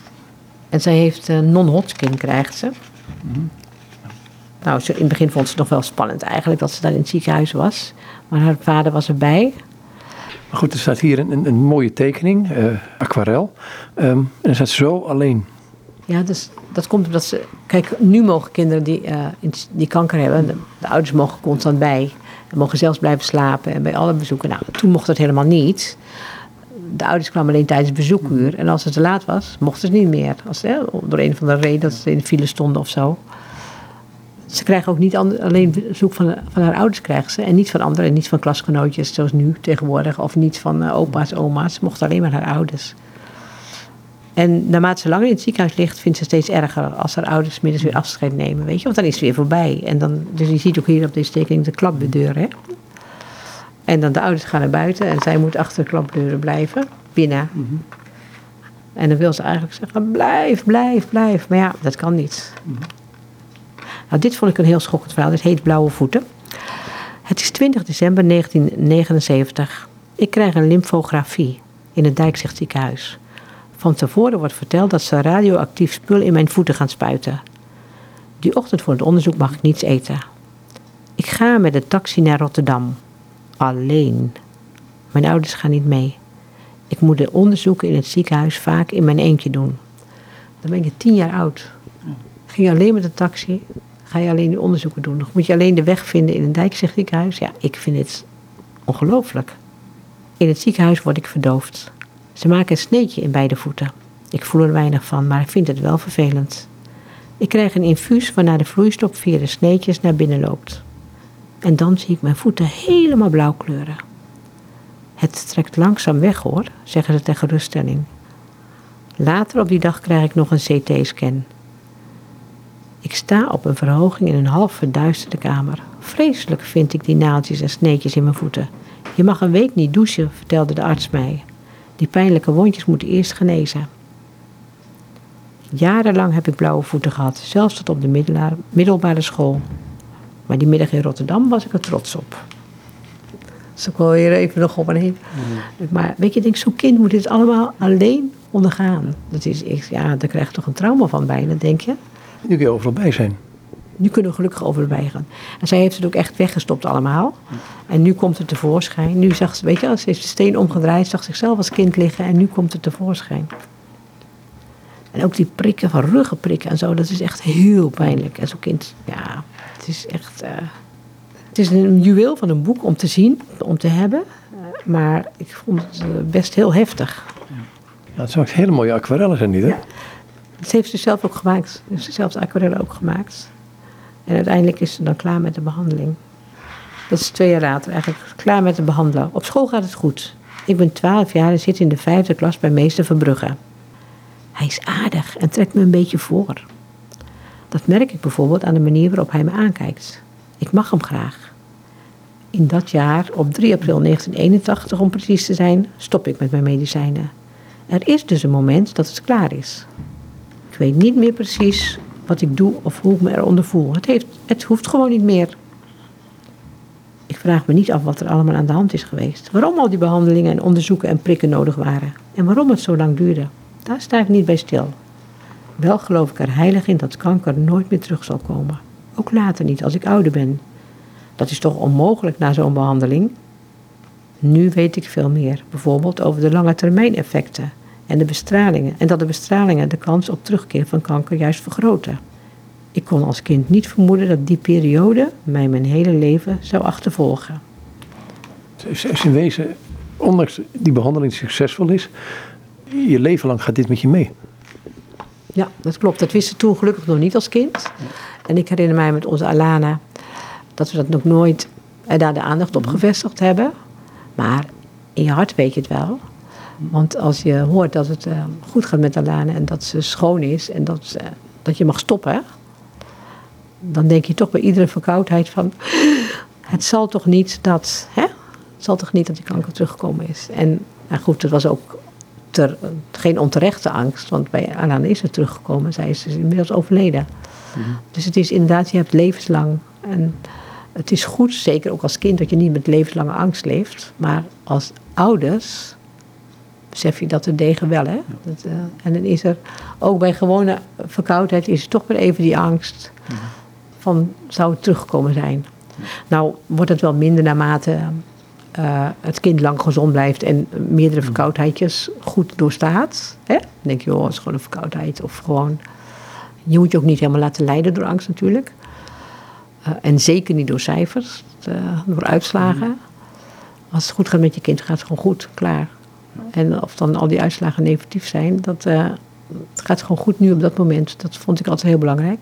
En zij heeft uh, non-Hodgkin, krijgt ze. Mm-hmm. Nou, ze, in het begin vond ze het nog wel spannend eigenlijk, dat ze daar in het ziekenhuis was. Maar haar vader was erbij. Maar goed, er staat hier een, een, een mooie tekening, uh, aquarel. Um, en er staat zo alleen. Ja, dus dat komt omdat ze... Kijk, nu mogen kinderen die, uh, die kanker hebben... De, de ouders mogen constant bij. En mogen zelfs blijven slapen en bij alle bezoeken. Nou, toen mocht dat helemaal niet. De ouders kwamen alleen tijdens het bezoekuur. En als het te laat was, mochten ze niet meer. Als, hè, door een of andere reden dat ze in de file stonden of zo. Ze krijgen ook niet and- alleen bezoek van, van haar ouders krijgen ze. En niet van anderen. En niet van klasgenootjes zoals nu tegenwoordig. Of niet van uh, opa's, oma's. Ze mochten alleen maar haar ouders. En naarmate ze langer in het ziekenhuis ligt, vindt ze steeds erger als haar ouders middags weer afscheid nemen. Weet je, want dan is het weer voorbij. En dan, dus je ziet ook hier op deze tekening de klapdeur. Hè? En dan de ouders gaan naar buiten en zij moet achter de klapdeuren blijven, binnen. Mm-hmm. En dan wil ze eigenlijk zeggen, blijf, blijf, blijf. Maar ja, dat kan niet. Mm-hmm. Nou, dit vond ik een heel schokkend verhaal. Dit heet Blauwe Voeten. Het is twintig december negentien negenenzeventig. Ik krijg een lymfografie in het Dijkzicht ziekenhuis. Van tevoren wordt verteld dat ze radioactief spul in mijn voeten gaan spuiten. Die ochtend voor het onderzoek mag ik niets eten. Ik ga met de taxi naar Rotterdam. Alleen. Mijn ouders gaan niet mee. Ik moet de onderzoeken in het ziekenhuis vaak in mijn eentje doen. Dan ben je tien jaar oud. Ging je alleen met de taxi, ga je alleen die onderzoeken doen. Nog moet je alleen de weg vinden in een Dijkzicht ziekenhuis. Ja, ik vind het ongelooflijk. In het ziekenhuis word ik verdoofd. Ze maken een sneetje in beide voeten. Ik voel er weinig van, maar ik vind het wel vervelend. Ik krijg een infuus waarna de vloeistof via de sneetjes naar binnen loopt. En dan zie ik mijn voeten helemaal blauw kleuren. Het trekt langzaam weg hoor, zeggen ze ter geruststelling. Later op die dag krijg ik nog een C T-scan. Ik sta op een verhoging in een half verduisterde kamer. Vreselijk vind ik die naaldjes en sneetjes in mijn voeten. Je mag een week niet douchen, vertelde de arts mij. Die pijnlijke wondjes moeten eerst genezen. Jarenlang heb ik blauwe voeten gehad, zelfs tot op de middelbare school. Maar die middag in Rotterdam was ik er trots op. Dus ik wil hier even nog op en heen. Mm. Maar weet je, ik denk, zo'n kind moet dit allemaal alleen ondergaan. Dat is echt, ja, daar krijg je toch een trauma van bijna, denk je? Nu kun je overal bij zijn. Nu kunnen we gelukkig overbij gaan. En zij heeft het ook echt weggestopt allemaal. En nu komt het tevoorschijn. Nu zag ze, weet je, ze heeft de steen omgedraaid, zag zichzelf als kind liggen en nu komt het tevoorschijn. En ook die prikken van ruggenprikken en zo, dat is echt heel pijnlijk. En zo'n kind, ja, het is echt... Uh, het is een juweel van een boek om te zien, om te hebben. Uh, maar ik vond het uh, best heel heftig. Ja, het zijn ook hele mooie aquarellen zijn die, hè? Ja. Ze heeft ze zelf ook gemaakt. Ze heeft zelf de aquarellen ook gemaakt. En uiteindelijk is ze dan klaar met de behandeling. Dat is twee jaar later eigenlijk. Klaar met de behandelen. Op school gaat het goed. Ik ben twaalf jaar en zit in de vijfde klas bij meester Verbrugge. Hij is aardig en trekt me een beetje voor. Dat merk ik bijvoorbeeld aan de manier waarop hij me aankijkt. Ik mag hem graag. in dat jaar, op drie april negentien eenentachtig om precies te zijn, stop ik met mijn medicijnen. Er is dus een moment dat het klaar is. Ik weet niet meer precies wat ik doe of hoe ik me eronder voel. Het, heeft, het hoeft gewoon niet meer. Ik vraag me niet af wat er allemaal aan de hand is geweest. Waarom al die behandelingen en onderzoeken en prikken nodig waren. En waarom het zo lang duurde. Daar sta ik niet bij stil. Wel geloof ik er heilig in dat kanker nooit meer terug zal komen. Ook later niet, als ik ouder ben. Dat is toch onmogelijk na zo'n behandeling? Nu weet ik veel meer. Bijvoorbeeld over de lange termijn effecten en de bestralingen. En dat de bestralingen de kans op terugkeer van kanker juist vergroten. Ik kon als kind niet vermoeden dat die periode mij mijn hele leven zou achtervolgen. Dus in wezen, ondanks die behandeling succesvol is, je leven lang gaat dit met je mee. Ja, dat klopt. Dat wisten we toen gelukkig nog niet als kind. En ik herinner mij met onze Alana dat we dat nog nooit er daar de aandacht op gevestigd hebben. Maar in je hart weet je het wel. Want als je hoort dat het uh, goed gaat met Alana en dat ze schoon is en dat, uh, dat je mag stoppen, dan denk je toch bij iedere verkoudheid van, het zal toch niet dat, hè? Het zal toch niet dat die kanker teruggekomen is. En nou goed, het was ook ter, geen onterechte angst, want bij Alana is het teruggekomen. Zij is dus inmiddels overleden. Mm-hmm. Dus het is inderdaad, je hebt levenslang. En het is goed, zeker ook als kind, dat je niet met levenslange angst leeft. Maar als ouders besef je dat de degen wel, hè. Ja. Dat, uh, en dan is er, ook bij gewone verkoudheid, is er toch weer even die angst mm-hmm. van, zou het teruggekomen zijn? Ja. Nou, wordt het wel minder naarmate uh, het kind lang gezond blijft en meerdere verkoudheidjes goed doorstaat. Hè? Dan denk je, oh, het is gewoon een verkoudheid. Of gewoon, je moet je ook niet helemaal laten leiden door angst natuurlijk. Uh, en zeker niet door cijfers, uh, door uitslagen. Mm. Als het goed gaat met je kind, gaat het gewoon goed, klaar. En of dan al die uitslagen negatief zijn, dat, uh, het gaat gewoon goed nu op dat moment. Dat vond ik altijd heel belangrijk.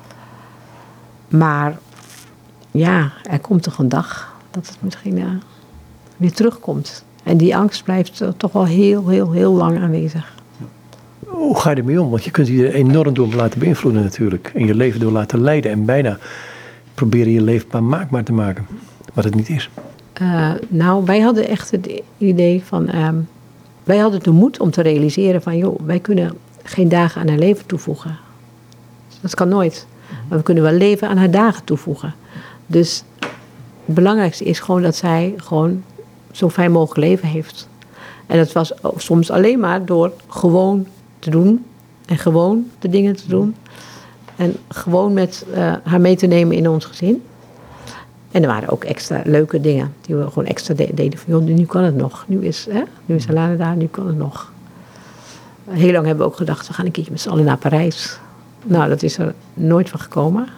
Maar ja, er komt toch een dag dat het misschien uh, weer terugkomt. En die angst blijft uh, toch wel heel, heel, heel lang aanwezig. Hoe ga je ermee om? Want je kunt je er enorm door laten beïnvloeden natuurlijk. En je leven door laten leiden. En bijna proberen je leven maar maakbaar te maken. Wat het niet is. Uh, nou, wij hadden echt het idee van... Uh, wij hadden de moed om te realiseren van... joh, wij kunnen geen dagen aan haar leven toevoegen. Dat kan nooit. Maar we kunnen wel leven aan haar dagen toevoegen. Dus het belangrijkste is gewoon dat zij gewoon zo fijn mogelijk leven heeft. En dat was soms alleen maar door gewoon te doen. En gewoon de dingen te doen. En gewoon met uh, haar mee te nemen in ons gezin. En er waren ook extra leuke dingen die we gewoon extra de- deden. Van, joh, nu kan het nog. Nu is, hè, nu is Alana daar, nu kan het nog. Heel lang hebben we ook gedacht, we gaan een keertje met z'n allen naar Parijs. Nou, dat is er nooit van gekomen.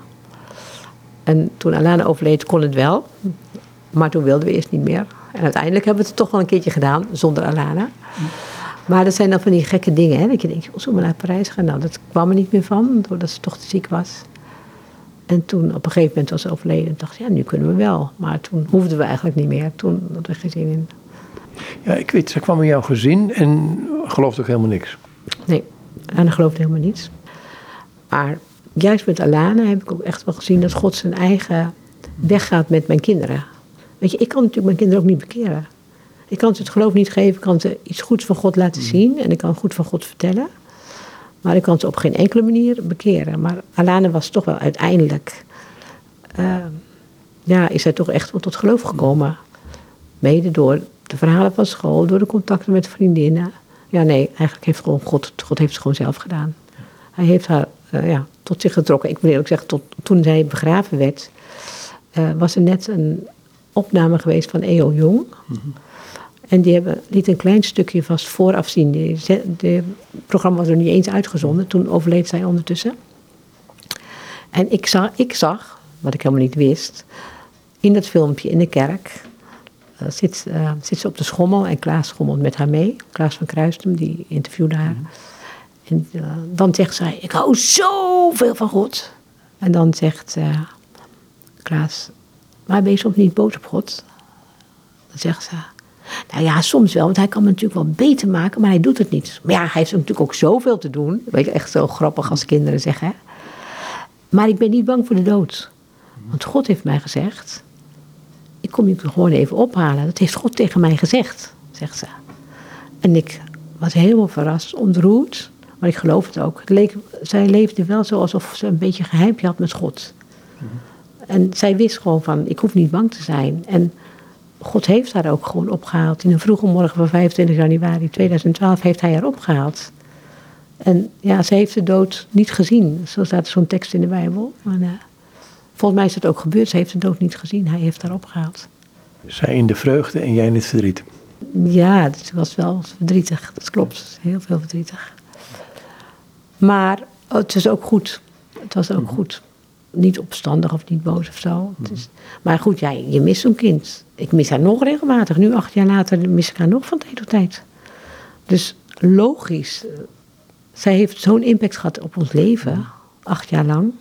En toen Alana overleed, kon het wel. Maar toen wilden we eerst niet meer. En uiteindelijk hebben we het toch wel een keertje gedaan, zonder Alana. Maar dat zijn dan van die gekke dingen, hè. Dat je denkt, zullen we naar Parijs gaan? Nou, dat kwam er niet meer van, doordat ze toch te ziek was. En toen op een gegeven moment was ze overleden. En dacht, ja, nu kunnen we wel. Maar toen hoefden we eigenlijk niet meer. Toen hadden we geen zin in. Ja, ik weet, ze kwam in jouw gezin en geloofde ook helemaal niks. Nee, Alana geloofde helemaal niets. Maar juist met Alana heb ik ook echt wel gezien dat God zijn eigen weg gaat met mijn kinderen. Weet je, ik kan natuurlijk mijn kinderen ook niet bekeren. Ik kan ze het geloof niet geven. Ik kan ze iets goeds van God laten zien. En ik kan goed van God vertellen. Maar ik kan ze op geen enkele manier bekeren. Maar Alana was toch wel uiteindelijk... Uh, ja, is zij toch echt wel tot geloof gekomen. Mede door de verhalen van school. Door de contacten met vriendinnen. Ja, nee, eigenlijk heeft gewoon God... God heeft het gewoon zelf gedaan. Hij heeft haar uh, ja, tot zich getrokken. Ik moet eerlijk zeggen, tot, toen zij begraven werd... Uh, was er net een opname geweest van E O Jong... Mm-hmm. En die hebben, liet een klein stukje vast vooraf zien. Het programma was er niet eens uitgezonden. Toen overleed zij ondertussen. En ik zag, ik zag, wat ik helemaal niet wist... in dat filmpje in de kerk... Uh, zit, uh, zit ze op de schommel en Klaas schommelt met haar mee. Klaas van Kruistum, die interviewde haar. Mm. En uh, dan zegt zij, ik hou zoveel van God. En dan zegt uh, Klaas, maar ben je soms niet boos op God? Dan zegt ze... Nou ja, soms wel, want hij kan me natuurlijk wel beter maken, maar hij doet het niet. Maar ja, hij heeft natuurlijk ook zoveel te doen. Weet je, echt zo grappig als kinderen zeggen. Hè? Maar ik ben niet bang voor de dood. Want God heeft mij gezegd, ik ik kom je gewoon even ophalen. Dat heeft God tegen mij gezegd, zegt ze. En ik was helemaal verrast, ontroerd. Maar ik geloof het ook. Het leek, zij leefde wel zo alsof ze een beetje geheimpje had met God. Mm-hmm. En zij wist gewoon van, ik hoef niet bang te zijn. En God heeft haar ook gewoon opgehaald. In een vroege morgen van vijfentwintig januari tweeduizend twaalf heeft hij haar opgehaald. En ja, ze heeft de dood niet gezien. Zo staat zo'n tekst in de Bijbel. Maar, uh, volgens mij is het ook gebeurd. Ze heeft de dood niet gezien. Hij heeft haar opgehaald. Zij in de vreugde en jij in het verdriet. Ja, het was wel verdrietig. Dat klopt. Heel veel verdrietig. Maar oh, het is ook goed. Het was ook mm-hmm. goed. Niet opstandig of niet boos of zo. Mm-hmm. Het is, maar goed, ja, je mist zo'n kind. Ik mis haar nog regelmatig. Nu, acht jaar later, mis ik haar nog van tijd tot tijd. Dus logisch. Zij heeft zo'n impact gehad op ons leven. Mm-hmm. Acht jaar lang.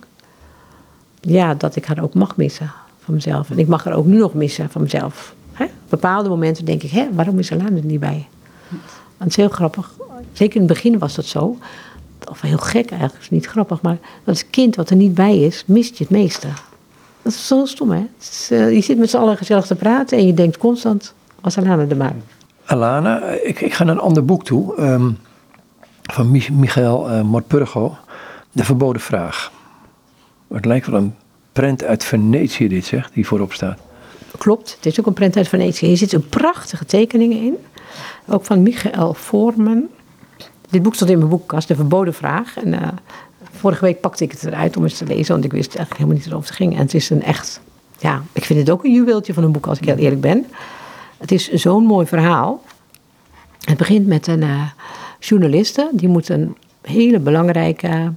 Ja, dat ik haar ook mag missen van mezelf. En ik mag haar ook nu nog missen van mezelf. Hè? Op bepaalde momenten denk ik, hè, waarom is Alana er niet bij? Want het is heel grappig. Zeker in het begin was dat zo. Of heel gek eigenlijk, is niet grappig. Maar dat kind wat er niet bij is, mist je het meeste. Dat is zo stom, hè? Is, uh, je zit met z'n allen gezellig te praten en je denkt constant, was Alana er maar. Alana, ik, ik ga naar een ander boek toe. Um, van Mich- Michael uh, Morpurgo. De verboden vraag. Het lijkt wel een prent uit Venetië dit, zeg, die voorop staat. Klopt, het is ook een prent uit Venetië. Hier zitten prachtige tekeningen in. Ook van Michael Forman. Dit boek stond in mijn boekkast, De Verboden Vraag. En uh, vorige week pakte ik het eruit om eens te lezen, want ik wist eigenlijk helemaal niet waarover het ging. En het is een echt, ja, ik vind het ook een juweeltje van een boek, als ik heel eerlijk ben. Het is zo'n mooi verhaal. Het begint met een uh, journaliste, die moet een hele belangrijke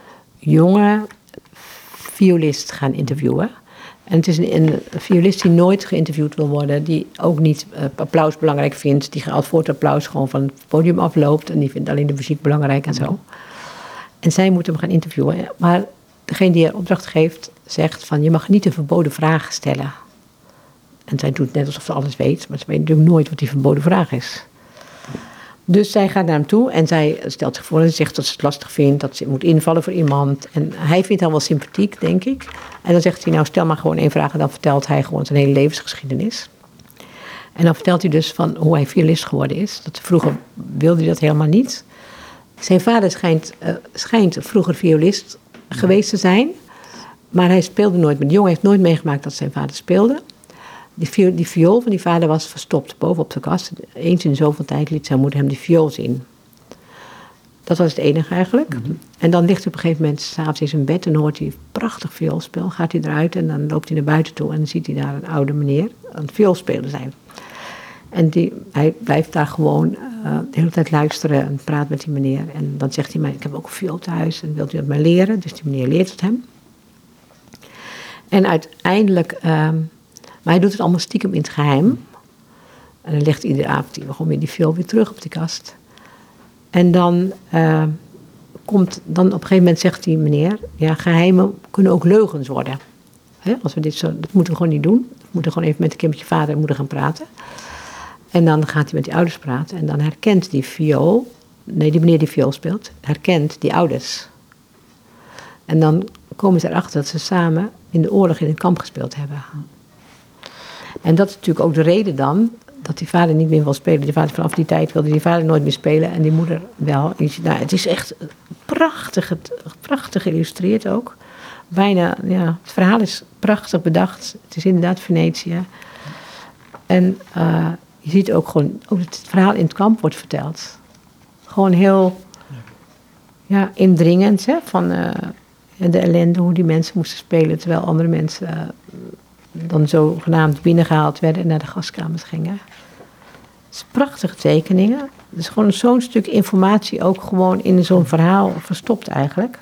jonge violist gaan interviewen. En het is een, een violist die nooit geïnterviewd wil worden, die ook niet uh, applaus belangrijk vindt, die gaat voor het applaus gewoon van het podium afloopt en die vindt alleen de muziek belangrijk en zo. En zij moet hem gaan interviewen. Maar degene die haar opdracht geeft, zegt van, je mag niet een verboden vraag stellen. En zij doet net alsof ze alles weet, maar ze weet natuurlijk nooit wat die verboden vraag is. Dus zij gaat naar hem toe en zij stelt zich voor en zegt dat ze het lastig vindt, dat ze moet invallen voor iemand. En hij vindt haar wel sympathiek, denk ik. En dan zegt hij, nou stel maar gewoon één vraag en dan vertelt hij gewoon zijn hele levensgeschiedenis. En dan vertelt hij dus van hoe hij violist geworden is. Dat vroeger wilde hij dat helemaal niet. Zijn vader schijnt, uh, schijnt vroeger violist geweest te zijn, maar hij speelde nooit. De jongen heeft nooit meegemaakt dat zijn vader speelde. Die viool, die viool van die vader was verstopt bovenop de kast. Eens in zoveel tijd liet zijn moeder hem die viool zien. Dat was het enige eigenlijk. Mm-hmm. En dan ligt hij op een gegeven moment 's avonds in zijn bed en hoort hij een prachtig vioolspel. Gaat hij eruit en dan loopt hij naar buiten toe en dan ziet hij daar een oude meneer aan het vioolspelen zijn. En die, hij blijft daar gewoon uh, de hele tijd luisteren en praat met die meneer. En dan zegt hij mij, ik heb ook een viool thuis en wilt u dat mij leren? Dus die meneer leert het hem. En uiteindelijk... Uh, Maar hij doet het allemaal stiekem in het geheim. En dan legt iedere avond hij gewoon weer die viool weer terug op de kast. En dan uh, komt, dan op een gegeven moment zegt die meneer, ja, geheimen kunnen ook leugens worden. He, als we dit zo, dat moeten we gewoon niet doen. We moeten gewoon even met een keer met je vader en moeder gaan praten. En dan gaat hij met die ouders praten. En dan herkent die viool, nee, die meneer die viool speelt, herkent die ouders. En dan komen ze erachter dat ze samen in de oorlog in het kamp gespeeld hebben. En dat is natuurlijk ook de reden dan dat die vader niet meer wil spelen. Die vader, vanaf die tijd wilde die vader nooit meer spelen en die moeder wel. Nou, het is echt prachtig, prachtig geïllustreerd ook. Bijna, ja, het verhaal is prachtig bedacht. Het is inderdaad Venetië. En uh, je ziet ook gewoon, ook het verhaal in het kamp wordt verteld. Gewoon heel ja, indringend, hè, van uh, de ellende, hoe die mensen moesten spelen terwijl andere mensen... Uh, dan zogenaamd binnengehaald werden en naar de gaskamers gingen. Het is prachtige tekeningen. Het is gewoon zo'n stuk informatie ook gewoon in zo'n verhaal verstopt eigenlijk.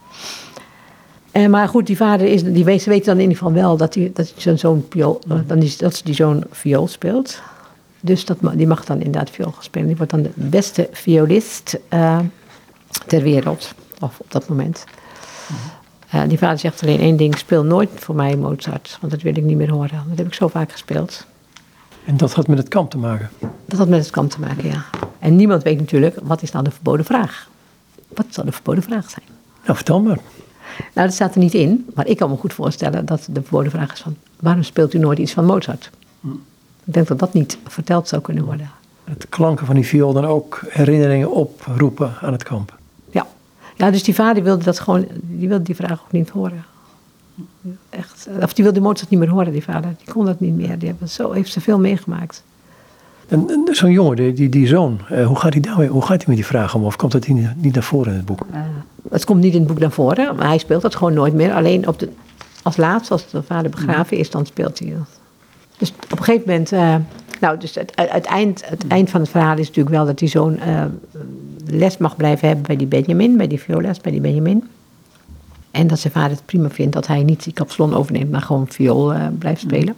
En, maar goed, die vader is, die weet, weet dan in ieder geval wel dat hij dat zo'n zo'n viool, dan is, dat die zo'n viool speelt. Dus dat, die mag dan inderdaad viool gaan spelen. Die wordt dan de beste violist uh, ter wereld, of op dat moment. Mm-hmm. Uh, die vader zegt alleen één ding, speel nooit voor mij Mozart, want dat wil ik niet meer horen. Dat heb ik zo vaak gespeeld. En dat had met het kamp te maken? Dat had met het kamp te maken, ja. En niemand weet natuurlijk, wat is nou de verboden vraag? Wat zou de verboden vraag zijn? Nou, vertel maar. Nou, dat staat er niet in, maar ik kan me goed voorstellen dat de verboden vraag is van, waarom speelt u nooit iets van Mozart? Ik denk dat dat niet verteld zou kunnen worden. Het klanken van die viool dan ook herinneringen oproepen aan het kamp. Ja, ja, dus die vader wilde dat gewoon, die wilde die vraag ook niet horen. Echt, of die wilde Mozart niet meer horen, die vader. Die kon dat niet meer. Die heeft, zo, heeft ze veel meegemaakt. En, en zo'n jongen, die, die, die zoon, uh, hoe gaat hij daarmee, hoe gaat hij met die vraag om? Of komt dat niet, niet naar voren in het boek? Uh, het komt niet in het boek naar voren, maar hij speelt dat gewoon nooit meer. Alleen op de, als laatste, als de vader begraven is, dan speelt hij dat. Dus op een gegeven moment, uh, nou, dus het, het, eind, het eind van het verhaal is natuurlijk wel dat die zoon uh, les mag blijven hebben bij die Benjamin, bij die vioolles, bij die Benjamin. En dat zijn vader het prima vindt dat hij niet die kapsalon overneemt, maar gewoon viool uh, blijft spelen.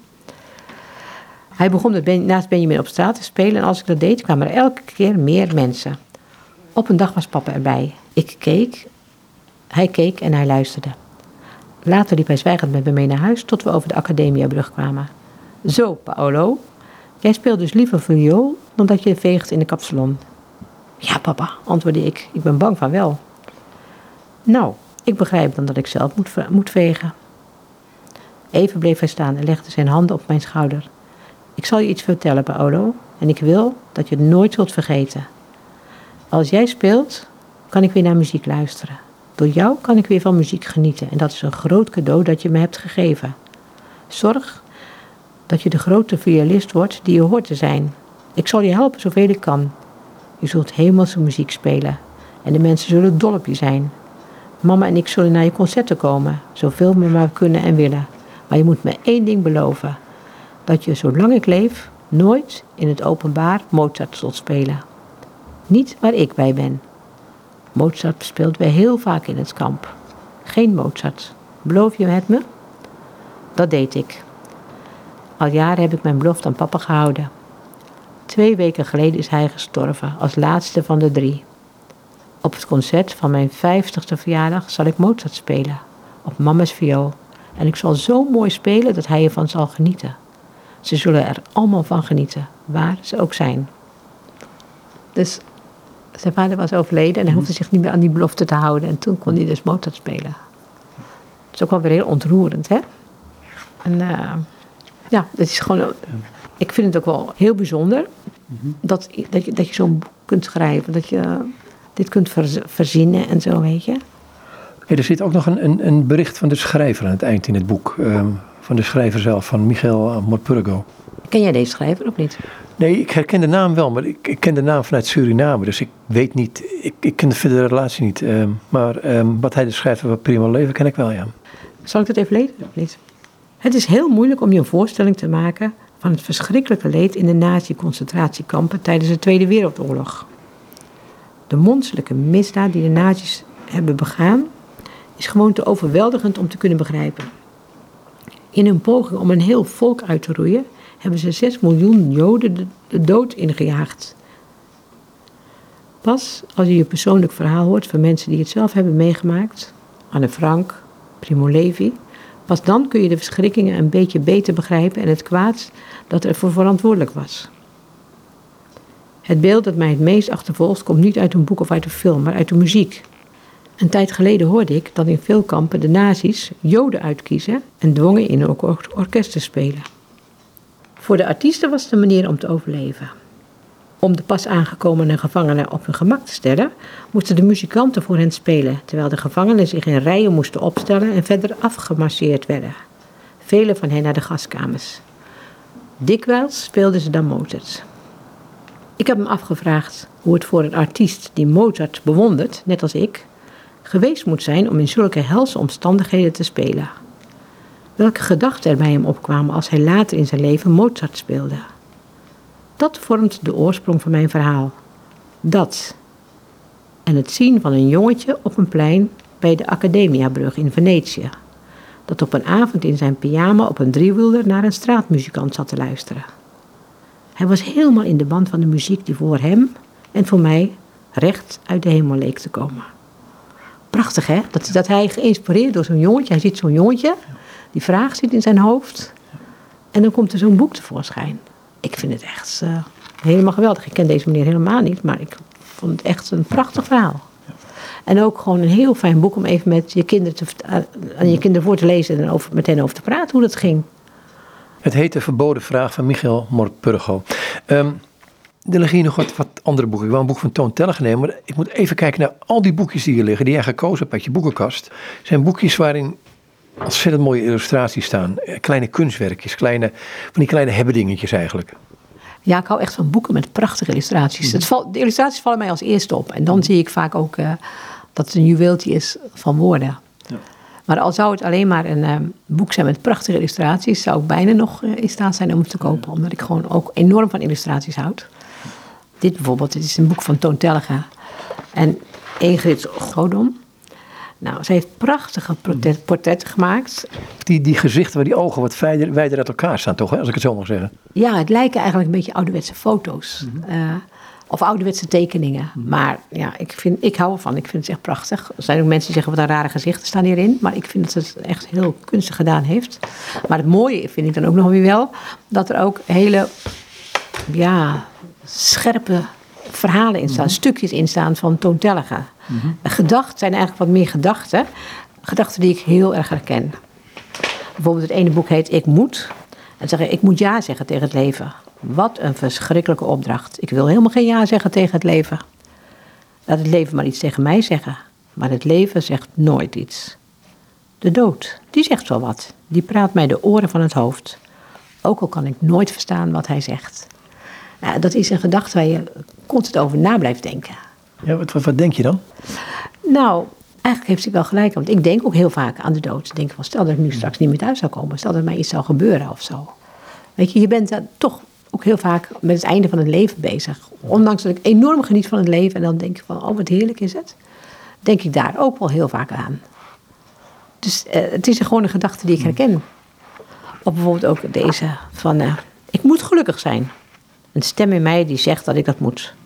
Hij begon met ben, naast Benjamin op straat te spelen en als ik dat deed, kwamen er elke keer meer mensen. Op een dag was papa erbij. Ik keek, hij keek en hij luisterde. Later liep hij zwijgend met me mee naar huis tot we over de Academiabrug kwamen. Zo, Paolo, jij speelt dus liever viool dan dat je veegt in de kapsalon. Ja, papa, antwoordde ik. Ik ben bang van wel. Nou, ik begrijp dan dat ik zelf moet, moet vegen. Even bleef hij staan en legde zijn handen op mijn schouder. Ik zal je iets vertellen, Paolo, en ik wil dat je het nooit zult vergeten. Als jij speelt, kan ik weer naar muziek luisteren. Door jou kan ik weer van muziek genieten en dat is een groot cadeau dat je me hebt gegeven. Zorg dat je de grote violist wordt die je hoort te zijn. Ik zal je helpen zoveel ik kan. Je zult hemelse muziek spelen en de mensen zullen dol op je zijn. Mama en ik zullen naar je concerten komen, zoveel we maar kunnen en willen. Maar je moet me één ding beloven. Dat je, zolang ik leef, nooit in het openbaar Mozart zult spelen. Niet waar ik bij ben. Mozart speelt weer heel vaak in het kamp. Geen Mozart. Beloof je het me? Dat deed ik. Al jaren heb ik mijn belofte aan papa gehouden. Twee weken geleden is hij gestorven, als laatste van de drie. Op het concert van mijn vijftigste verjaardag zal ik Mozart spelen. Op mama's viool. En ik zal zo mooi spelen dat hij ervan zal genieten. Ze zullen er allemaal van genieten, waar ze ook zijn. Dus zijn vader was overleden en hij hoefde zich niet meer aan die belofte te houden. En toen kon hij dus Mozart spelen. Dat is ook wel weer heel ontroerend, hè? En uh, ja, dat is gewoon... Ik vind het ook wel heel bijzonder dat, dat je, dat je zo'n boek kunt schrijven. Dat je dit kunt verz- verzinnen en zo, weet je. Hey, er zit ook nog een, een, een bericht van de schrijver aan het eind in het boek. Um, van de schrijver zelf, van Michael Morpurgo. Ken jij deze schrijver of niet? Nee, ik herken de naam wel, maar ik, ik ken de naam vanuit Suriname. Dus ik weet niet, ik, ik ken de verdere relatie niet. Um, maar um, wat hij dus schrijft over Primo Levi ken ik wel, ja. Zal ik dat even lezen of niet? Het is heel moeilijk om je een voorstelling te maken van het verschrikkelijke leed in de nazi-concentratiekampen tijdens de Tweede Wereldoorlog. De monsterlijke misdaad die de nazi's hebben begaan is gewoon te overweldigend om te kunnen begrijpen. In hun poging om een heel volk uit te roeien hebben ze zes miljoen Joden de, de dood ingejaagd. Pas als je je persoonlijk verhaal hoort van mensen die het zelf hebben meegemaakt, Anne Frank, Primo Levi, pas dan kun je de verschrikkingen een beetje beter begrijpen en het kwaad dat er voor verantwoordelijk was. Het beeld dat mij het meest achtervolgt komt niet uit een boek of uit een film, maar uit de muziek. Een tijd geleden hoorde ik dat in veel kampen de nazi's Joden uitkiezen en dwongen in een or- orkest te spelen. Voor de artiesten was het een manier om te overleven. Om de pas aangekomene gevangenen op hun gemak te stellen, moesten de muzikanten voor hen spelen, terwijl de gevangenen zich in rijen moesten opstellen en verder afgemarcheerd werden. Velen van hen naar de gaskamers. Dikwijls speelden ze dan Mozart. Ik heb hem afgevraagd hoe het voor een artiest die Mozart bewondert, net als ik, geweest moet zijn om in zulke helse omstandigheden te spelen. Welke gedachten er bij hem opkwamen als hij later in zijn leven Mozart speelde. Dat vormt de oorsprong van mijn verhaal. Dat. En het zien van een jongetje op een plein bij de Academiabrug in Venetië, dat op een avond in zijn pyjama op een driewieler naar een straatmuzikant zat te luisteren. Hij was helemaal in de band van de muziek die voor hem en voor mij recht uit de hemel leek te komen. Prachtig, hè? Dat, dat hij geïnspireerd door zo'n jongetje, hij ziet zo'n jongetje, die vraag zit in zijn hoofd en dan komt er zo'n boek tevoorschijn. Ik vind het echt uh, helemaal geweldig. Ik ken deze meneer helemaal niet, maar ik vond het echt een prachtig verhaal. En ook gewoon een heel fijn boek om even met je kinderen te, uh, aan je kinderen voor te lezen en over, meteen over te praten hoe dat ging. Het heet De Verboden Vraag van Michiel Morpurgo. Um, er liggen hier nog wat, wat andere boeken. Ik wil een boek van Toon Tellige nemen, maar ik moet even kijken naar al die boekjes die hier liggen, die jij gekozen hebt uit je boekenkast. Het zijn boekjes waarin ontzettend mooie illustraties staan. Kleine kunstwerkjes, kleine, van die kleine hebbedingetjes eigenlijk. Ja, ik hou echt van boeken met prachtige illustraties. Het val, de illustraties vallen mij als eerste op. En dan zie ik vaak ook uh, dat het een juweeltje is van woorden. Ja. Maar al zou het alleen maar een uh, boek zijn met prachtige illustraties, zou ik bijna nog uh, in staat zijn om het te kopen. Omdat ik gewoon ook enorm van illustraties houd. Dit bijvoorbeeld, dit is een boek van Toon Tellige en Ingrid Godom. Nou, ze heeft prachtige portret, portretten gemaakt. Die, die gezichten waar die ogen wat wijder, wijder uit elkaar staan, toch? Hè? Als ik het zo mag zeggen. Ja, het lijken eigenlijk een beetje ouderwetse foto's. Mm-hmm. Uh, of ouderwetse tekeningen. Mm-hmm. Maar ja, ik, vind, ik hou ervan. Ik vind het echt prachtig. Er zijn ook mensen die zeggen, wat een rare gezichten staan hierin. Maar ik vind dat het echt heel kunstig gedaan heeft. Maar het mooie vind ik dan ook nog weer wel, dat er ook hele, ja, scherpe verhalen in staan. Mm-hmm. Stukjes in staan van Toon Tellige. Mm-hmm. Gedachten zijn eigenlijk wat meer gedachten. Gedachten die ik heel erg herken. Bijvoorbeeld het ene boek heet Ik Moet. En zeggen, ik moet ja zeggen tegen het leven. Wat een verschrikkelijke opdracht. Ik wil helemaal geen ja zeggen tegen het leven. Laat het leven maar iets tegen mij zeggen. Maar het leven zegt nooit iets. De dood, die zegt wel wat. Die praat mij de oren van het hoofd. Ook al kan ik nooit verstaan wat hij zegt. Nou, dat is een gedachte waar je constant over na blijft denken. Ja, wat, wat, wat denk je dan? Nou, eigenlijk heeft hij wel gelijk. Want ik denk ook heel vaak aan de dood. Ik denk van, stel dat ik nu straks niet meer thuis zou komen. Stel dat er mij iets zou gebeuren of zo. Weet je, je bent dan toch ook heel vaak met het einde van het leven bezig. Ondanks dat ik enorm geniet van het leven. En dan denk ik van, oh wat heerlijk is het. Denk ik daar ook wel heel vaak aan. Dus uh, het is gewoon een gedachte die ik herken. Of bijvoorbeeld ook deze van, uh, ik moet gelukkig zijn. Een stem in mij die zegt dat ik dat moet.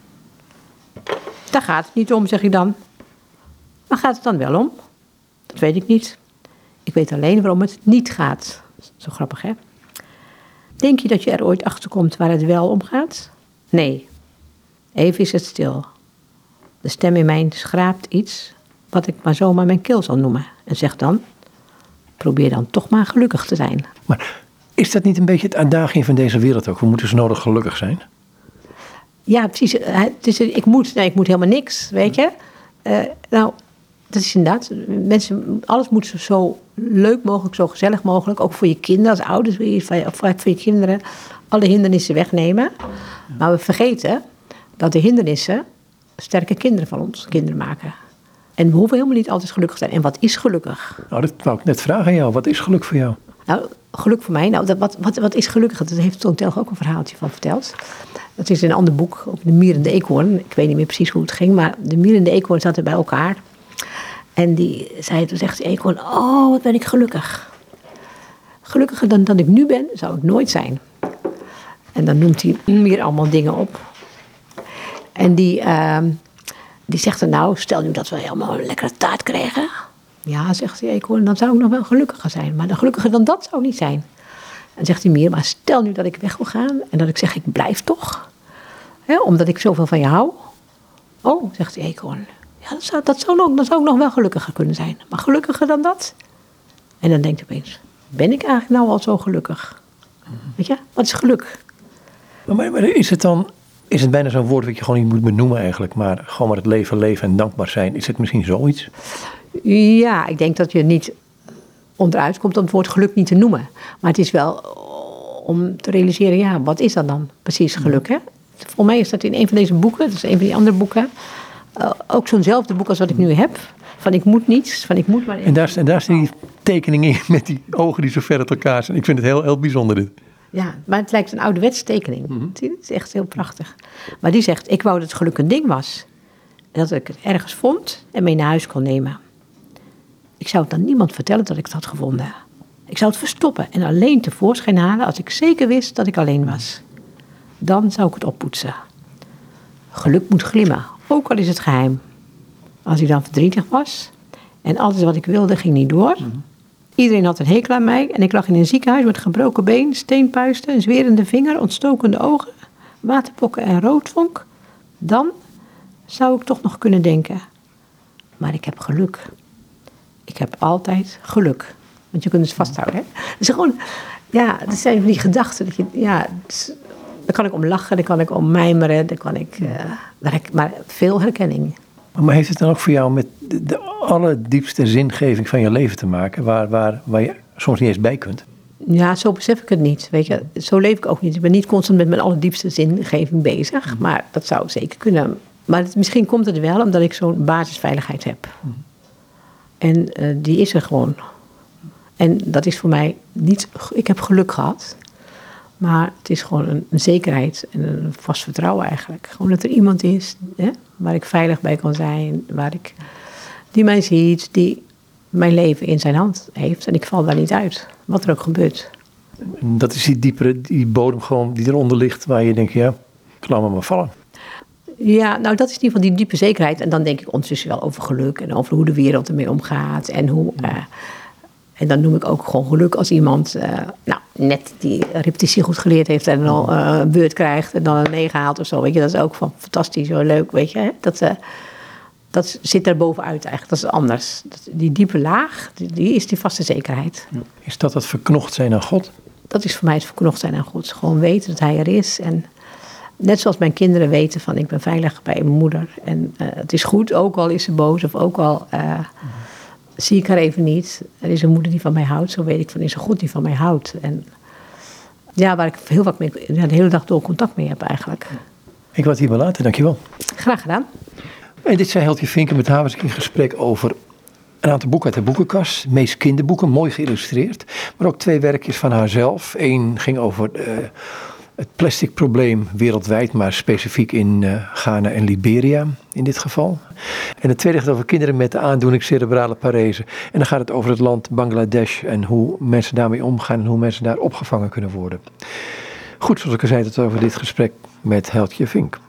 Daar gaat het niet om, zeg ik dan. Waar gaat het dan wel om? Dat weet ik niet. Ik weet alleen waarom het niet gaat. Zo grappig, hè? Denk je dat je er ooit achter komt waar het wel om gaat? Nee. Even is het stil. De stem in mij schraapt iets wat ik maar zomaar mijn keel zal noemen. En zegt dan, probeer dan toch maar gelukkig te zijn. Maar is dat niet een beetje het uitdaging van deze wereld ook? We moeten zo nodig gelukkig zijn. Ja, precies. Het is, ik, moet, nee, ik moet helemaal niks, weet je. Uh, nou, dat is inderdaad. Mensen, alles moet zo leuk mogelijk, zo gezellig mogelijk. Ook voor je kinderen, als ouders wil je, of voor je kinderen alle hindernissen wegnemen. Maar we vergeten dat de hindernissen sterke kinderen van ons, kinderen maken. En we hoeven helemaal niet altijd gelukkig te zijn. En wat is gelukkig? Nou, dat wou ik net vragen aan jou. Wat is geluk voor jou? Nou, geluk voor mij, nou, dat, wat, wat, wat is gelukkig? Daar heeft Toon Tellige ook een verhaaltje van verteld. Dat is in een ander boek, over de mier en de eekhoorn. Ik weet niet meer precies hoe het ging, maar de mier en de eekhoorn zaten bij elkaar. En die zei, toen zegt de eekhoorn, oh, wat ben ik gelukkig. Gelukkiger dan dat ik nu ben, zou ik nooit zijn. En dan noemt hij mier allemaal dingen op. En die, uh, die zegt er, nou, stel nu dat we helemaal een lekkere taart krijgen. Ja, zegt de eekhoorn, dan zou ik nog wel gelukkiger zijn. Maar dan gelukkiger dan dat zou niet zijn. En zegt hij meer, maar stel nu dat ik weg wil gaan en dat ik zeg, ik blijf toch. Hè, omdat ik zoveel van je hou. Oh, zegt de eekhoorn. Ja, dat zou, dat zou nog, dan zou ik nog wel gelukkiger kunnen zijn. Maar gelukkiger dan dat? En dan denkt hij opeens, ben ik eigenlijk nou al zo gelukkig? Weet je, wat is geluk? Maar, maar is het dan, is het bijna zo'n woord dat je gewoon niet moet benoemen eigenlijk, maar gewoon maar het leven leven en dankbaar zijn. Is het misschien zoiets? Ja, ik denk dat je niet onderuit komt om het woord geluk niet te noemen. Maar het is wel om te realiseren, ja, wat is dat dan precies geluk, hè? Voor mij is dat in een van deze boeken, dat is een van die andere boeken, uh, ook zo'nzelfde boek als wat ik nu heb. Van ik moet niets, van ik moet maar... En daar, en daar staan die tekeningen in met die ogen die zo ver uit elkaar zijn. Ik vind het heel, heel bijzonder dit. Ja, maar het lijkt een ouderwetse tekening. Mm-hmm. Het is echt heel prachtig. Maar die zegt, ik wou dat het geluk een ding was. Dat ik het ergens vond en mee naar huis kon nemen. Ik zou het aan niemand vertellen dat ik het had gevonden. Ik zou het verstoppen en alleen tevoorschijn halen als ik zeker wist dat ik alleen was. Dan zou ik het oppoetsen. Geluk moet glimmen, ook al is het geheim. Als ik dan verdrietig was en alles wat ik wilde ging niet door. Mm-hmm. Iedereen had een hekel aan mij en ik lag in een ziekenhuis met gebroken been, steenpuisten, een zwerende vinger, ontstokende ogen, waterpokken en roodvonk. Dan zou ik toch nog kunnen denken, maar ik heb geluk. Ik heb altijd geluk. Want je kunt het vasthouden, hè? Dus gewoon, Ja, dat zijn van die gedachten. Dat je, ja, dus, daar kan ik om lachen, daar kan ik om mijmeren, daar kan ik, uh, daar heb ik maar veel herkenning. Maar heeft het dan ook voor jou met de, de allerdiepste zingeving van je leven te maken, waar, waar, waar je soms niet eens bij kunt? Ja, zo besef ik het niet. Weet je, zo leef ik ook niet. Ik ben niet constant met mijn allerdiepste zingeving bezig, mm. maar dat zou zeker kunnen. Maar het, misschien komt het wel omdat ik zo'n basisveiligheid heb. Mm. En uh, die is er gewoon. En dat is voor mij niet... Ik heb geluk gehad. Maar het is gewoon een, een zekerheid en een vast vertrouwen eigenlijk. Gewoon dat er iemand is, hè, waar ik veilig bij kan zijn. Waar ik, die mij ziet, die mijn leven in zijn hand heeft. En ik val daar niet uit, wat er ook gebeurt. Dat is die diepere, die bodem gewoon die eronder ligt, waar je denkt, ja, ik laat me maar vallen. Ja, nou dat is in ieder geval die diepe zekerheid. En dan denk ik ondertussen wel over geluk en over hoe de wereld ermee omgaat. En hoe... Uh, En dan noem ik ook gewoon geluk als iemand uh, nou, net die repetitie goed geleerd heeft en dan uh, een beurt krijgt en dan een negen haalt of zo. Weet je, dat is ook van fantastisch, zo leuk, weet je. Hè? Dat, uh, dat zit daar bovenuit eigenlijk, dat is anders. Dat, die diepe laag, die, die is die vaste zekerheid. Is dat het verknocht zijn aan God? Dat is voor mij het verknocht zijn aan God. Gewoon weten dat hij er is. En net zoals mijn kinderen weten van ik ben veilig bij mijn moeder. En uh, het is goed, ook al is ze boos of ook al... Uh, zie ik haar even niet. Er is een moeder die van mij houdt. Zo weet ik van, is een God die van mij houdt. En ja, waar ik heel vaak mee, ja, de hele dag door contact mee heb eigenlijk. Ik wil het hier wel laten, dankjewel. Graag gedaan. En dit zei Heltje Vinken. Met haar was ik in gesprek over een aantal boeken uit de boekenkast. De meest kinderboeken, mooi geïllustreerd. Maar ook twee werkjes van haarzelf. Eén ging over uh, het plastic probleem wereldwijd, maar specifiek in uh, Ghana en Liberia in dit geval. En het tweede gaat over kinderen met de aandoening cerebrale parese. En dan gaat het over het land Bangladesh en hoe mensen daarmee omgaan en hoe mensen daar opgevangen kunnen worden. Goed, zoals ik al zei, tot over dit gesprek met Heltje Vink.